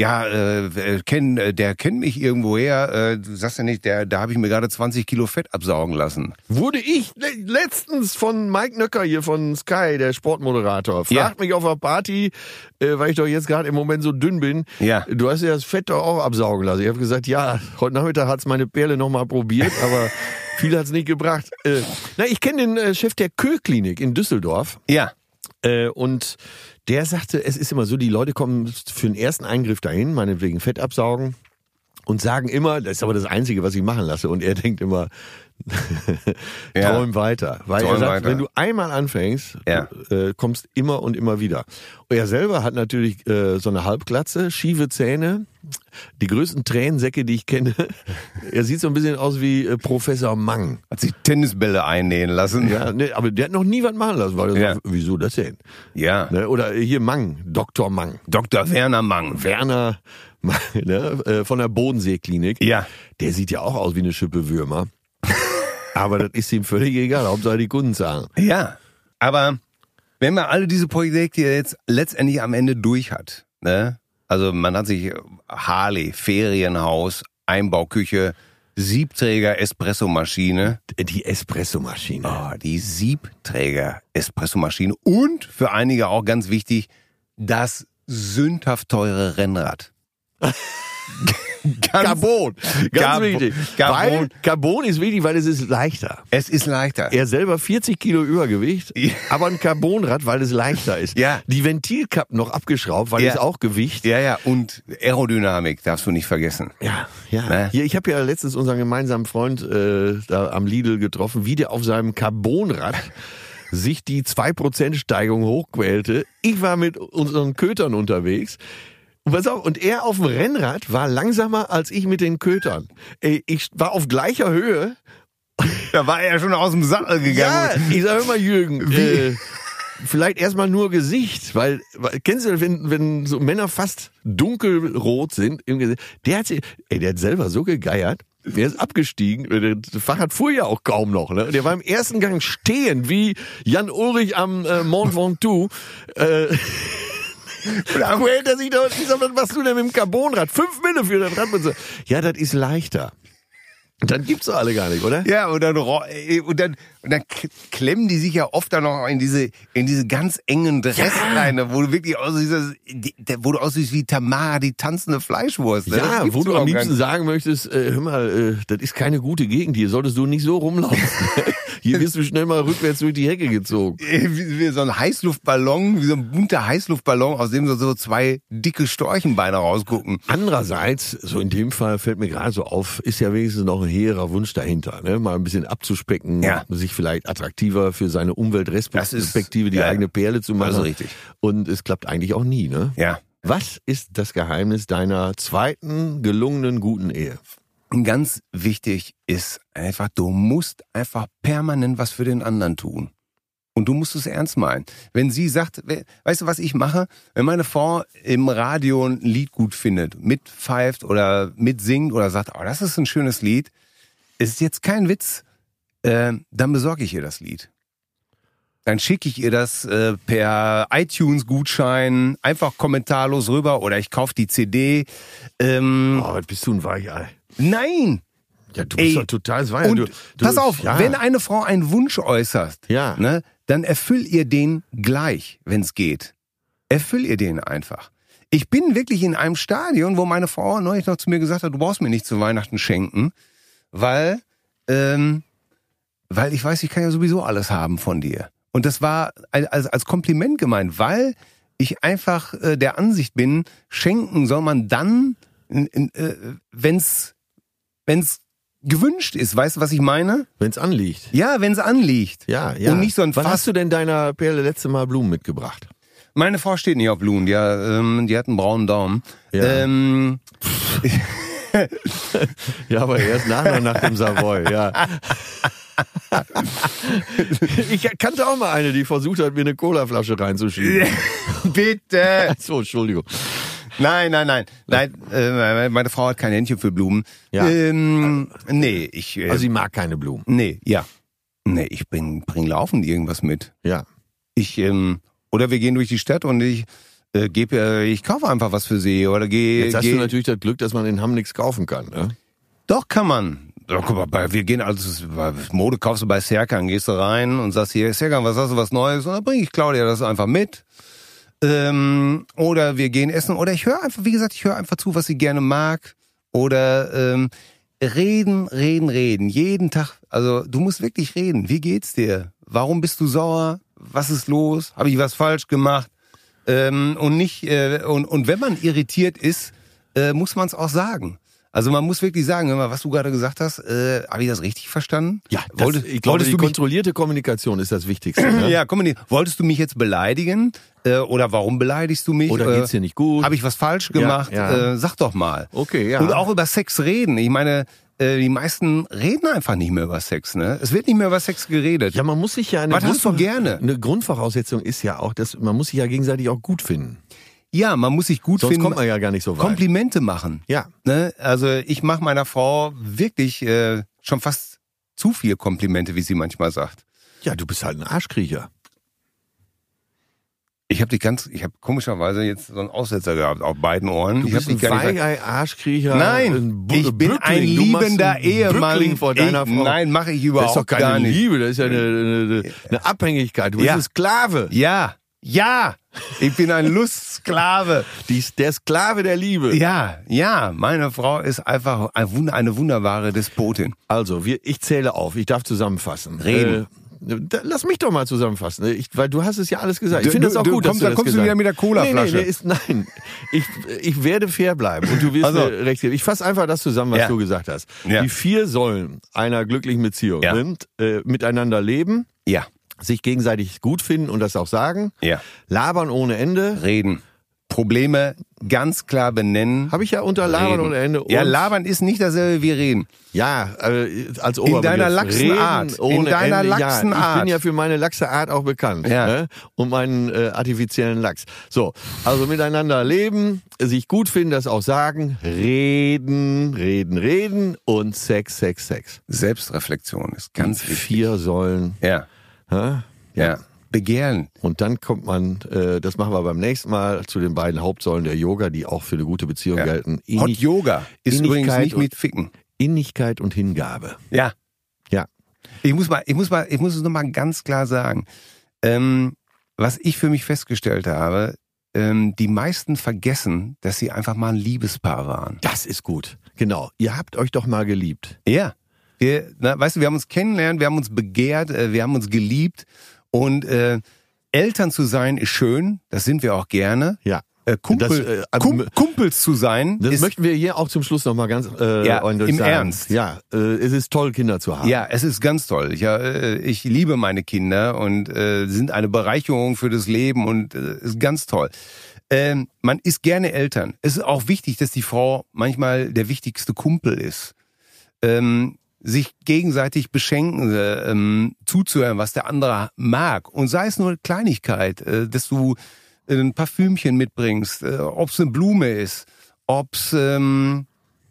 [SPEAKER 5] kennt mich irgendwoher. Du sagst ja nicht, da habe ich mir gerade 20 Kilo Fett absaugen lassen.
[SPEAKER 4] Wurde ich letztens von Mike Nöcker hier von Sky, der Sportmoderator, fragt mich auf einer Party, weil ich doch jetzt gerade im Moment so dünn bin.
[SPEAKER 5] Ja.
[SPEAKER 4] Du hast ja das Fett doch auch absaugen lassen. Ich habe gesagt, ja, heute Nachmittag hat's meine Perle nochmal probiert, aber viel hat's nicht gebracht. Ich kenne den Chef der Köh-Klinik in Düsseldorf.
[SPEAKER 5] Ja.
[SPEAKER 4] Und der sagte, es ist immer so, die Leute kommen für den ersten Eingriff dahin, meinetwegen Fett absaugen. und sagen immer, das ist aber das Einzige, was ich machen lasse. Und er denkt immer, träum weiter. Weil er sagt, wenn du einmal anfängst, kommst immer und immer wieder. Und er selber hat natürlich so eine Halbglatze, schiefe Zähne, die größten Tränensäcke, die ich kenne. Er sieht so ein bisschen aus wie Professor Mang.
[SPEAKER 5] Hat sich Tennisbälle einnähen lassen.
[SPEAKER 4] Ja, ne, aber der hat noch nie was machen lassen, weil er sagt, wieso das denn?
[SPEAKER 5] Ja.
[SPEAKER 4] Ne, oder hier Mang, Dr. Mang.
[SPEAKER 5] Dr. Werner Mang.
[SPEAKER 4] Werner Mang, ne, von der Bodenseeklinik.
[SPEAKER 5] Ja. Der
[SPEAKER 4] sieht ja auch aus wie eine Schippe Würmer. Aber das ist ihm völlig egal, Hauptsache die Kunden zahlen.
[SPEAKER 5] Ja, aber wenn man alle diese Projekte jetzt letztendlich am Ende durch hat, ne? Also man hat sich Harley, Ferienhaus, Einbauküche, Siebträger, Espressomaschine.
[SPEAKER 4] Die Espressomaschine.
[SPEAKER 5] Oh, die Siebträger Espressomaschine und für einige auch ganz wichtig, das sündhaft teure Rennrad.
[SPEAKER 4] Carbon, ganz wichtig. Weil Carbon ist wichtig, weil es ist leichter.
[SPEAKER 5] Es ist leichter.
[SPEAKER 4] Er selber 40 Kilo Übergewicht, aber ein Carbonrad, weil es leichter ist.
[SPEAKER 5] Ja.
[SPEAKER 4] Die Ventilkappen noch abgeschraubt, weil es auch Gewicht.
[SPEAKER 5] Ja, ja, und Aerodynamik darfst du nicht vergessen.
[SPEAKER 4] Ja, ja.
[SPEAKER 5] Ne?
[SPEAKER 4] Hier, ich habe ja letztens unseren gemeinsamen Freund da am Lidl getroffen, wie der auf seinem Carbonrad sich die 2% Steigung hochquälte. Ich war mit unseren Kötern unterwegs. Und pass auf, und er auf dem Rennrad war langsamer als ich mit den Kötern. Ich war auf gleicher Höhe.
[SPEAKER 5] Da war er schon aus dem Sattel gegangen.
[SPEAKER 4] Ja, ich sag immer, Jürgen, vielleicht erstmal nur Gesicht, weil kennst du, wenn so Männer fast dunkelrot sind im Gesicht, der hat selber so gegeiert. Der ist abgestiegen, das Fahrrad fuhr ja auch kaum noch, ne? Der war im ersten Gang stehen, wie Jan Ulrich am Mont Ventoux. Dann quält er sich da und ich sag, was machst du denn mit dem Carbonrad? 5 Mille für das Rad. Ja, das ist leichter. Dann gibt's doch alle gar nicht, oder?
[SPEAKER 5] Ja, und dann klemmen die sich ja oft dann noch in diese ganz engen Dressleine, wo du wirklich aussiehst wie Tamara, die tanzende Fleischwurst. Ne?
[SPEAKER 4] Ja, wo du am liebsten sagen möchtest, hör mal, das ist keine gute Gegend, hier solltest du nicht so rumlaufen. Hier wirst du schnell mal rückwärts durch die Hecke gezogen.
[SPEAKER 5] Wie so ein Heißluftballon, wie so ein bunter Heißluftballon, aus dem so 2 dicke Storchenbeine rausgucken.
[SPEAKER 4] Andererseits, so in dem Fall fällt mir gerade so auf, ist ja wenigstens noch ein hehrer Wunsch dahinter, ne? Mal ein bisschen abzuspecken, sich vielleicht attraktiver für seine Umweltrespektive die eigene Perle zu machen.
[SPEAKER 5] Das ist richtig.
[SPEAKER 4] Und es klappt eigentlich auch nie, ne?
[SPEAKER 5] Ja.
[SPEAKER 4] Was ist das Geheimnis deiner zweiten gelungenen guten Ehe?
[SPEAKER 5] Ganz wichtig ist einfach, du musst einfach permanent was für den anderen tun. Und du musst es ernst meinen. Wenn sie sagt, weißt du, was ich mache? Wenn meine Frau im Radio ein Lied gut findet, mitpfeift oder mitsingt oder sagt, oh, das ist ein schönes Lied, ist jetzt kein Witz, dann besorge ich ihr das Lied. Dann schicke ich ihr das per iTunes-Gutschein einfach kommentarlos rüber oder ich kaufe die CD.
[SPEAKER 4] Was bist du ein Weichei?
[SPEAKER 5] Nein!
[SPEAKER 4] Ja, du bist doch total Weichei.
[SPEAKER 5] Und pass auf, wenn eine Frau einen Wunsch äußert, ne, dann erfüll ihr den gleich, wenn es geht. Erfüll ihr den einfach. Ich bin wirklich in einem Stadion, wo meine Frau neulich noch zu mir gesagt hat, du brauchst mir nicht zu Weihnachten schenken, weil ich weiß, ich kann ja sowieso alles haben von dir. Und das war als Kompliment gemeint, weil ich einfach der Ansicht bin, schenken soll man dann, wenn's gewünscht ist. Weißt du, was ich meine?
[SPEAKER 4] Wenn's anliegt.
[SPEAKER 5] Ja, wenn's anliegt.
[SPEAKER 4] Ja, ja.
[SPEAKER 5] Und nicht so ein
[SPEAKER 4] Wann hast du denn deiner Perle letzte Mal Blumen mitgebracht?
[SPEAKER 5] Meine Frau steht nicht auf Blumen, die hat einen braunen Daumen.
[SPEAKER 4] Ja. Ja, aber erst nach dem Savoy, ja. Ich kannte auch mal eine, die versucht hat, mir eine Colaflasche reinzuschieben.
[SPEAKER 5] Bitte!
[SPEAKER 4] So, Entschuldigung.
[SPEAKER 5] Nein, meine Frau hat kein Händchen für Blumen.
[SPEAKER 4] Ja.
[SPEAKER 5] Nee,
[SPEAKER 4] also sie mag keine Blumen.
[SPEAKER 5] Nee, ja. Nee, ich bring laufend irgendwas mit.
[SPEAKER 4] Ja.
[SPEAKER 5] Oder wir gehen durch die Stadt und ich kaufe einfach was für sie oder
[SPEAKER 4] Jetzt hast du natürlich das Glück, dass man in Hamm nichts kaufen kann, ne?
[SPEAKER 5] Doch, kann man. Doch, guck mal, wir gehen bei Mode kaufst du bei Serkan, gehst du rein und sagst hier, Serkan, was hast du, was Neues? Und dann bringe ich Claudia das einfach mit. Oder wir gehen essen oder ich höre einfach, wie gesagt, einfach zu, was sie gerne mag. Oder reden, jeden Tag. Also du musst wirklich reden. Wie geht's dir? Warum bist du sauer? Was ist los? Habe ich was falsch gemacht? Und wenn man irritiert ist, muss man es auch sagen. Also man muss wirklich sagen, hör mal, was du gerade gesagt hast, habe ich das richtig verstanden?
[SPEAKER 4] Ja, ich glaube, die kontrollierte Kommunikation ist das Wichtigste. Ne?
[SPEAKER 5] Ja, wolltest du mich jetzt beleidigen? Oder warum beleidigst du mich?
[SPEAKER 4] Oder geht's dir nicht gut?
[SPEAKER 5] Habe ich was falsch gemacht?
[SPEAKER 4] Ja.
[SPEAKER 5] Sag doch mal.
[SPEAKER 4] Okay, ja.
[SPEAKER 5] Und auch über Sex reden. Ich meine, die meisten reden einfach nicht mehr über Sex, ne? Es wird nicht mehr über Sex geredet.
[SPEAKER 4] Ja, man muss sich ja
[SPEAKER 5] Was hast du gerne?
[SPEAKER 4] Eine Grundvoraussetzung ist ja auch, dass man muss sich ja gegenseitig auch gut finden.
[SPEAKER 5] Ja, man muss sich gut finden.
[SPEAKER 4] Sonst kommt man ja gar nicht so weit.
[SPEAKER 5] Komplimente machen.
[SPEAKER 4] Ja.
[SPEAKER 5] Ne? Also ich mache meiner Frau wirklich schon fast zu viel Komplimente, wie sie manchmal sagt.
[SPEAKER 4] Ja, du bist halt ein Arschkriecher.
[SPEAKER 5] Ich habe komischerweise jetzt so einen Aussetzer gehabt auf beiden Ohren.
[SPEAKER 4] Du bist ein Weigei-Arschkriecher.
[SPEAKER 5] Nein, ich bin ein liebender Ehemann.
[SPEAKER 4] Vor deiner Frau.
[SPEAKER 5] Nein, mache ich überhaupt gar nicht.
[SPEAKER 4] Das ist doch keine Liebe, das ist ja eine Abhängigkeit. Du bist ein Sklave.
[SPEAKER 5] Ja, ich bin ein Lustsklave.
[SPEAKER 4] Der Sklave der Liebe.
[SPEAKER 5] Ja, meine Frau ist einfach eine wunderbare Despotin.
[SPEAKER 4] Also, ich zähle auf, ich darf zusammenfassen.
[SPEAKER 5] Reden.
[SPEAKER 4] Lass mich doch mal zusammenfassen, weil du hast es ja alles gesagt. Ich finde das auch gut, dass du das
[SPEAKER 5] kommst du wieder mit der Colaflasche.
[SPEAKER 4] Nein, ich werde fair bleiben und du wirst mir recht geben. Ich fasse einfach das zusammen, was du gesagt hast. Ja. Die 4 Säulen einer glücklichen Beziehung sind miteinander leben, sich gegenseitig gut finden und das auch sagen, labern ohne Ende,
[SPEAKER 5] reden, Probleme ganz klar benennen.
[SPEAKER 4] Habe ich ja unter Labern ohne Ende.
[SPEAKER 5] Ja, labern ist nicht dasselbe wie reden.
[SPEAKER 4] Ja, als Oberbegriff.
[SPEAKER 5] In deiner laxen Art.
[SPEAKER 4] In deiner laxen
[SPEAKER 5] Art.
[SPEAKER 4] Ich bin ja für meine laxe Art auch bekannt.
[SPEAKER 5] Ja.
[SPEAKER 4] Ne? Und meinen artifiziellen Lachs. So, also miteinander leben, sich gut finden, das auch sagen, reden und Sex.
[SPEAKER 5] Selbstreflexion ist ganz wichtig.
[SPEAKER 4] 4 Säulen.
[SPEAKER 5] Ja. Ja. Begehren.
[SPEAKER 4] Und dann kommt man, das machen wir beim nächsten Mal, zu den beiden Hauptsäulen der Yoga, die auch für eine gute Beziehung gelten.
[SPEAKER 5] Hot Yoga ist übrigens nicht mit Ficken.
[SPEAKER 4] Innigkeit und Hingabe.
[SPEAKER 5] Ja.
[SPEAKER 4] Ja.
[SPEAKER 5] Ich muss es nochmal ganz klar sagen. Was ich für mich festgestellt habe, die meisten vergessen, dass sie einfach mal ein Liebespaar waren.
[SPEAKER 4] Das ist gut. Genau. Ihr habt euch doch mal geliebt.
[SPEAKER 5] Ja. Wir haben uns kennengelernt, wir haben uns begehrt, wir haben uns geliebt. Und Eltern zu sein ist schön, das sind wir auch gerne.
[SPEAKER 4] Ja.
[SPEAKER 5] Kumpels zu sein.
[SPEAKER 4] Das möchten wir hier auch zum Schluss nochmal ganz eindeutig
[SPEAKER 5] im
[SPEAKER 4] sagen.
[SPEAKER 5] Ernst.
[SPEAKER 4] Ja, es ist toll, Kinder zu haben.
[SPEAKER 5] Ja, es ist ganz toll. Ich liebe meine Kinder und sind eine Bereicherung für das Leben und ist ganz toll. Man ist gerne Eltern. Es ist auch wichtig, dass die Frau manchmal der wichtigste Kumpel ist. Sich gegenseitig beschenken, zuzuhören, was der andere mag. Und sei es nur eine Kleinigkeit, dass du ein Parfümchen mitbringst, ob es eine Blume ist, ob es
[SPEAKER 4] ein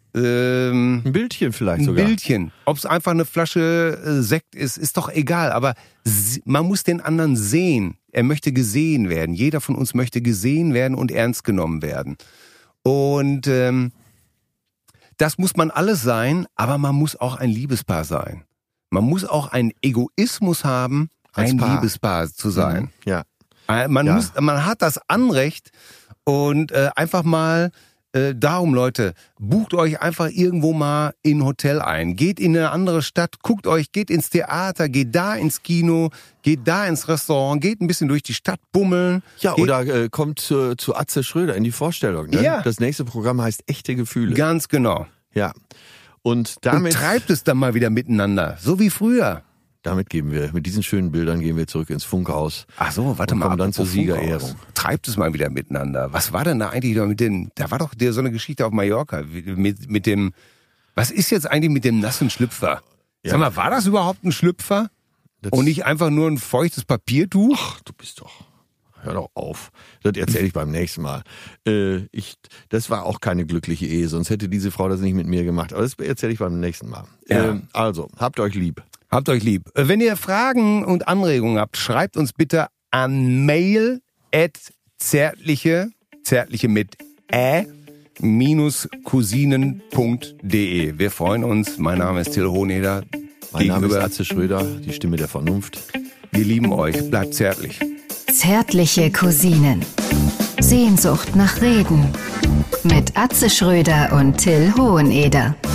[SPEAKER 4] Bildchen vielleicht sogar.
[SPEAKER 5] Ein Bildchen, ob es einfach eine Flasche Sekt ist doch egal. Aber man muss den anderen sehen. Er möchte gesehen werden. Jeder von uns möchte gesehen werden und ernst genommen werden. Und das muss man alles sein, aber man muss auch ein Liebespaar sein. Man muss auch einen Egoismus haben, ein Liebespaar zu sein.
[SPEAKER 4] Ja.
[SPEAKER 5] Man hat das Anrecht und einfach mal, darum Leute, bucht euch einfach irgendwo mal in ein Hotel ein. Geht in eine andere Stadt, geht ins Theater, geht da ins Kino, geht da ins Restaurant, geht ein bisschen durch die Stadt bummeln.
[SPEAKER 4] Ja, oder kommt zu Atze Schröder in die Vorstellung. Ne?
[SPEAKER 5] Ja.
[SPEAKER 4] Das nächste Programm heißt Echte Gefühle.
[SPEAKER 5] Ganz genau.
[SPEAKER 4] Ja. Und damit
[SPEAKER 5] treibt es dann mal wieder miteinander, so wie früher.
[SPEAKER 4] Mit diesen schönen Bildern gehen wir zurück ins Funkhaus.
[SPEAKER 5] Ach so, warte mal.
[SPEAKER 4] Kommen dann zur Siegerehrung.
[SPEAKER 5] Treibt es mal wieder miteinander. Was war denn da eigentlich mit dem, da war doch so eine Geschichte auf Mallorca, mit dem, was ist jetzt eigentlich mit dem nassen Schlüpfer? Ja. Sag mal, war das überhaupt ein Schlüpfer? Und nicht einfach nur ein feuchtes Papiertuch?
[SPEAKER 4] Ach, du bist doch... Hör doch auf. Das erzähle ich beim nächsten Mal. Das war auch keine glückliche Ehe, sonst hätte diese Frau das nicht mit mir gemacht. Aber das erzähle ich beim nächsten Mal.
[SPEAKER 5] Ja.
[SPEAKER 4] Also, habt euch lieb.
[SPEAKER 5] Habt euch lieb. Wenn ihr Fragen und Anregungen habt, schreibt uns bitte an mail@zärtliche mit -cousinen.de. Wir freuen uns. Mein Name ist Till Hoheneder.
[SPEAKER 4] Mein Name ist Atze Schröder, die Stimme der Vernunft.
[SPEAKER 5] Wir lieben euch. Bleibt zärtlich.
[SPEAKER 3] Zärtliche Cousinen. Sehnsucht nach Reden. Mit Atze Schröder und Till Hoheneder.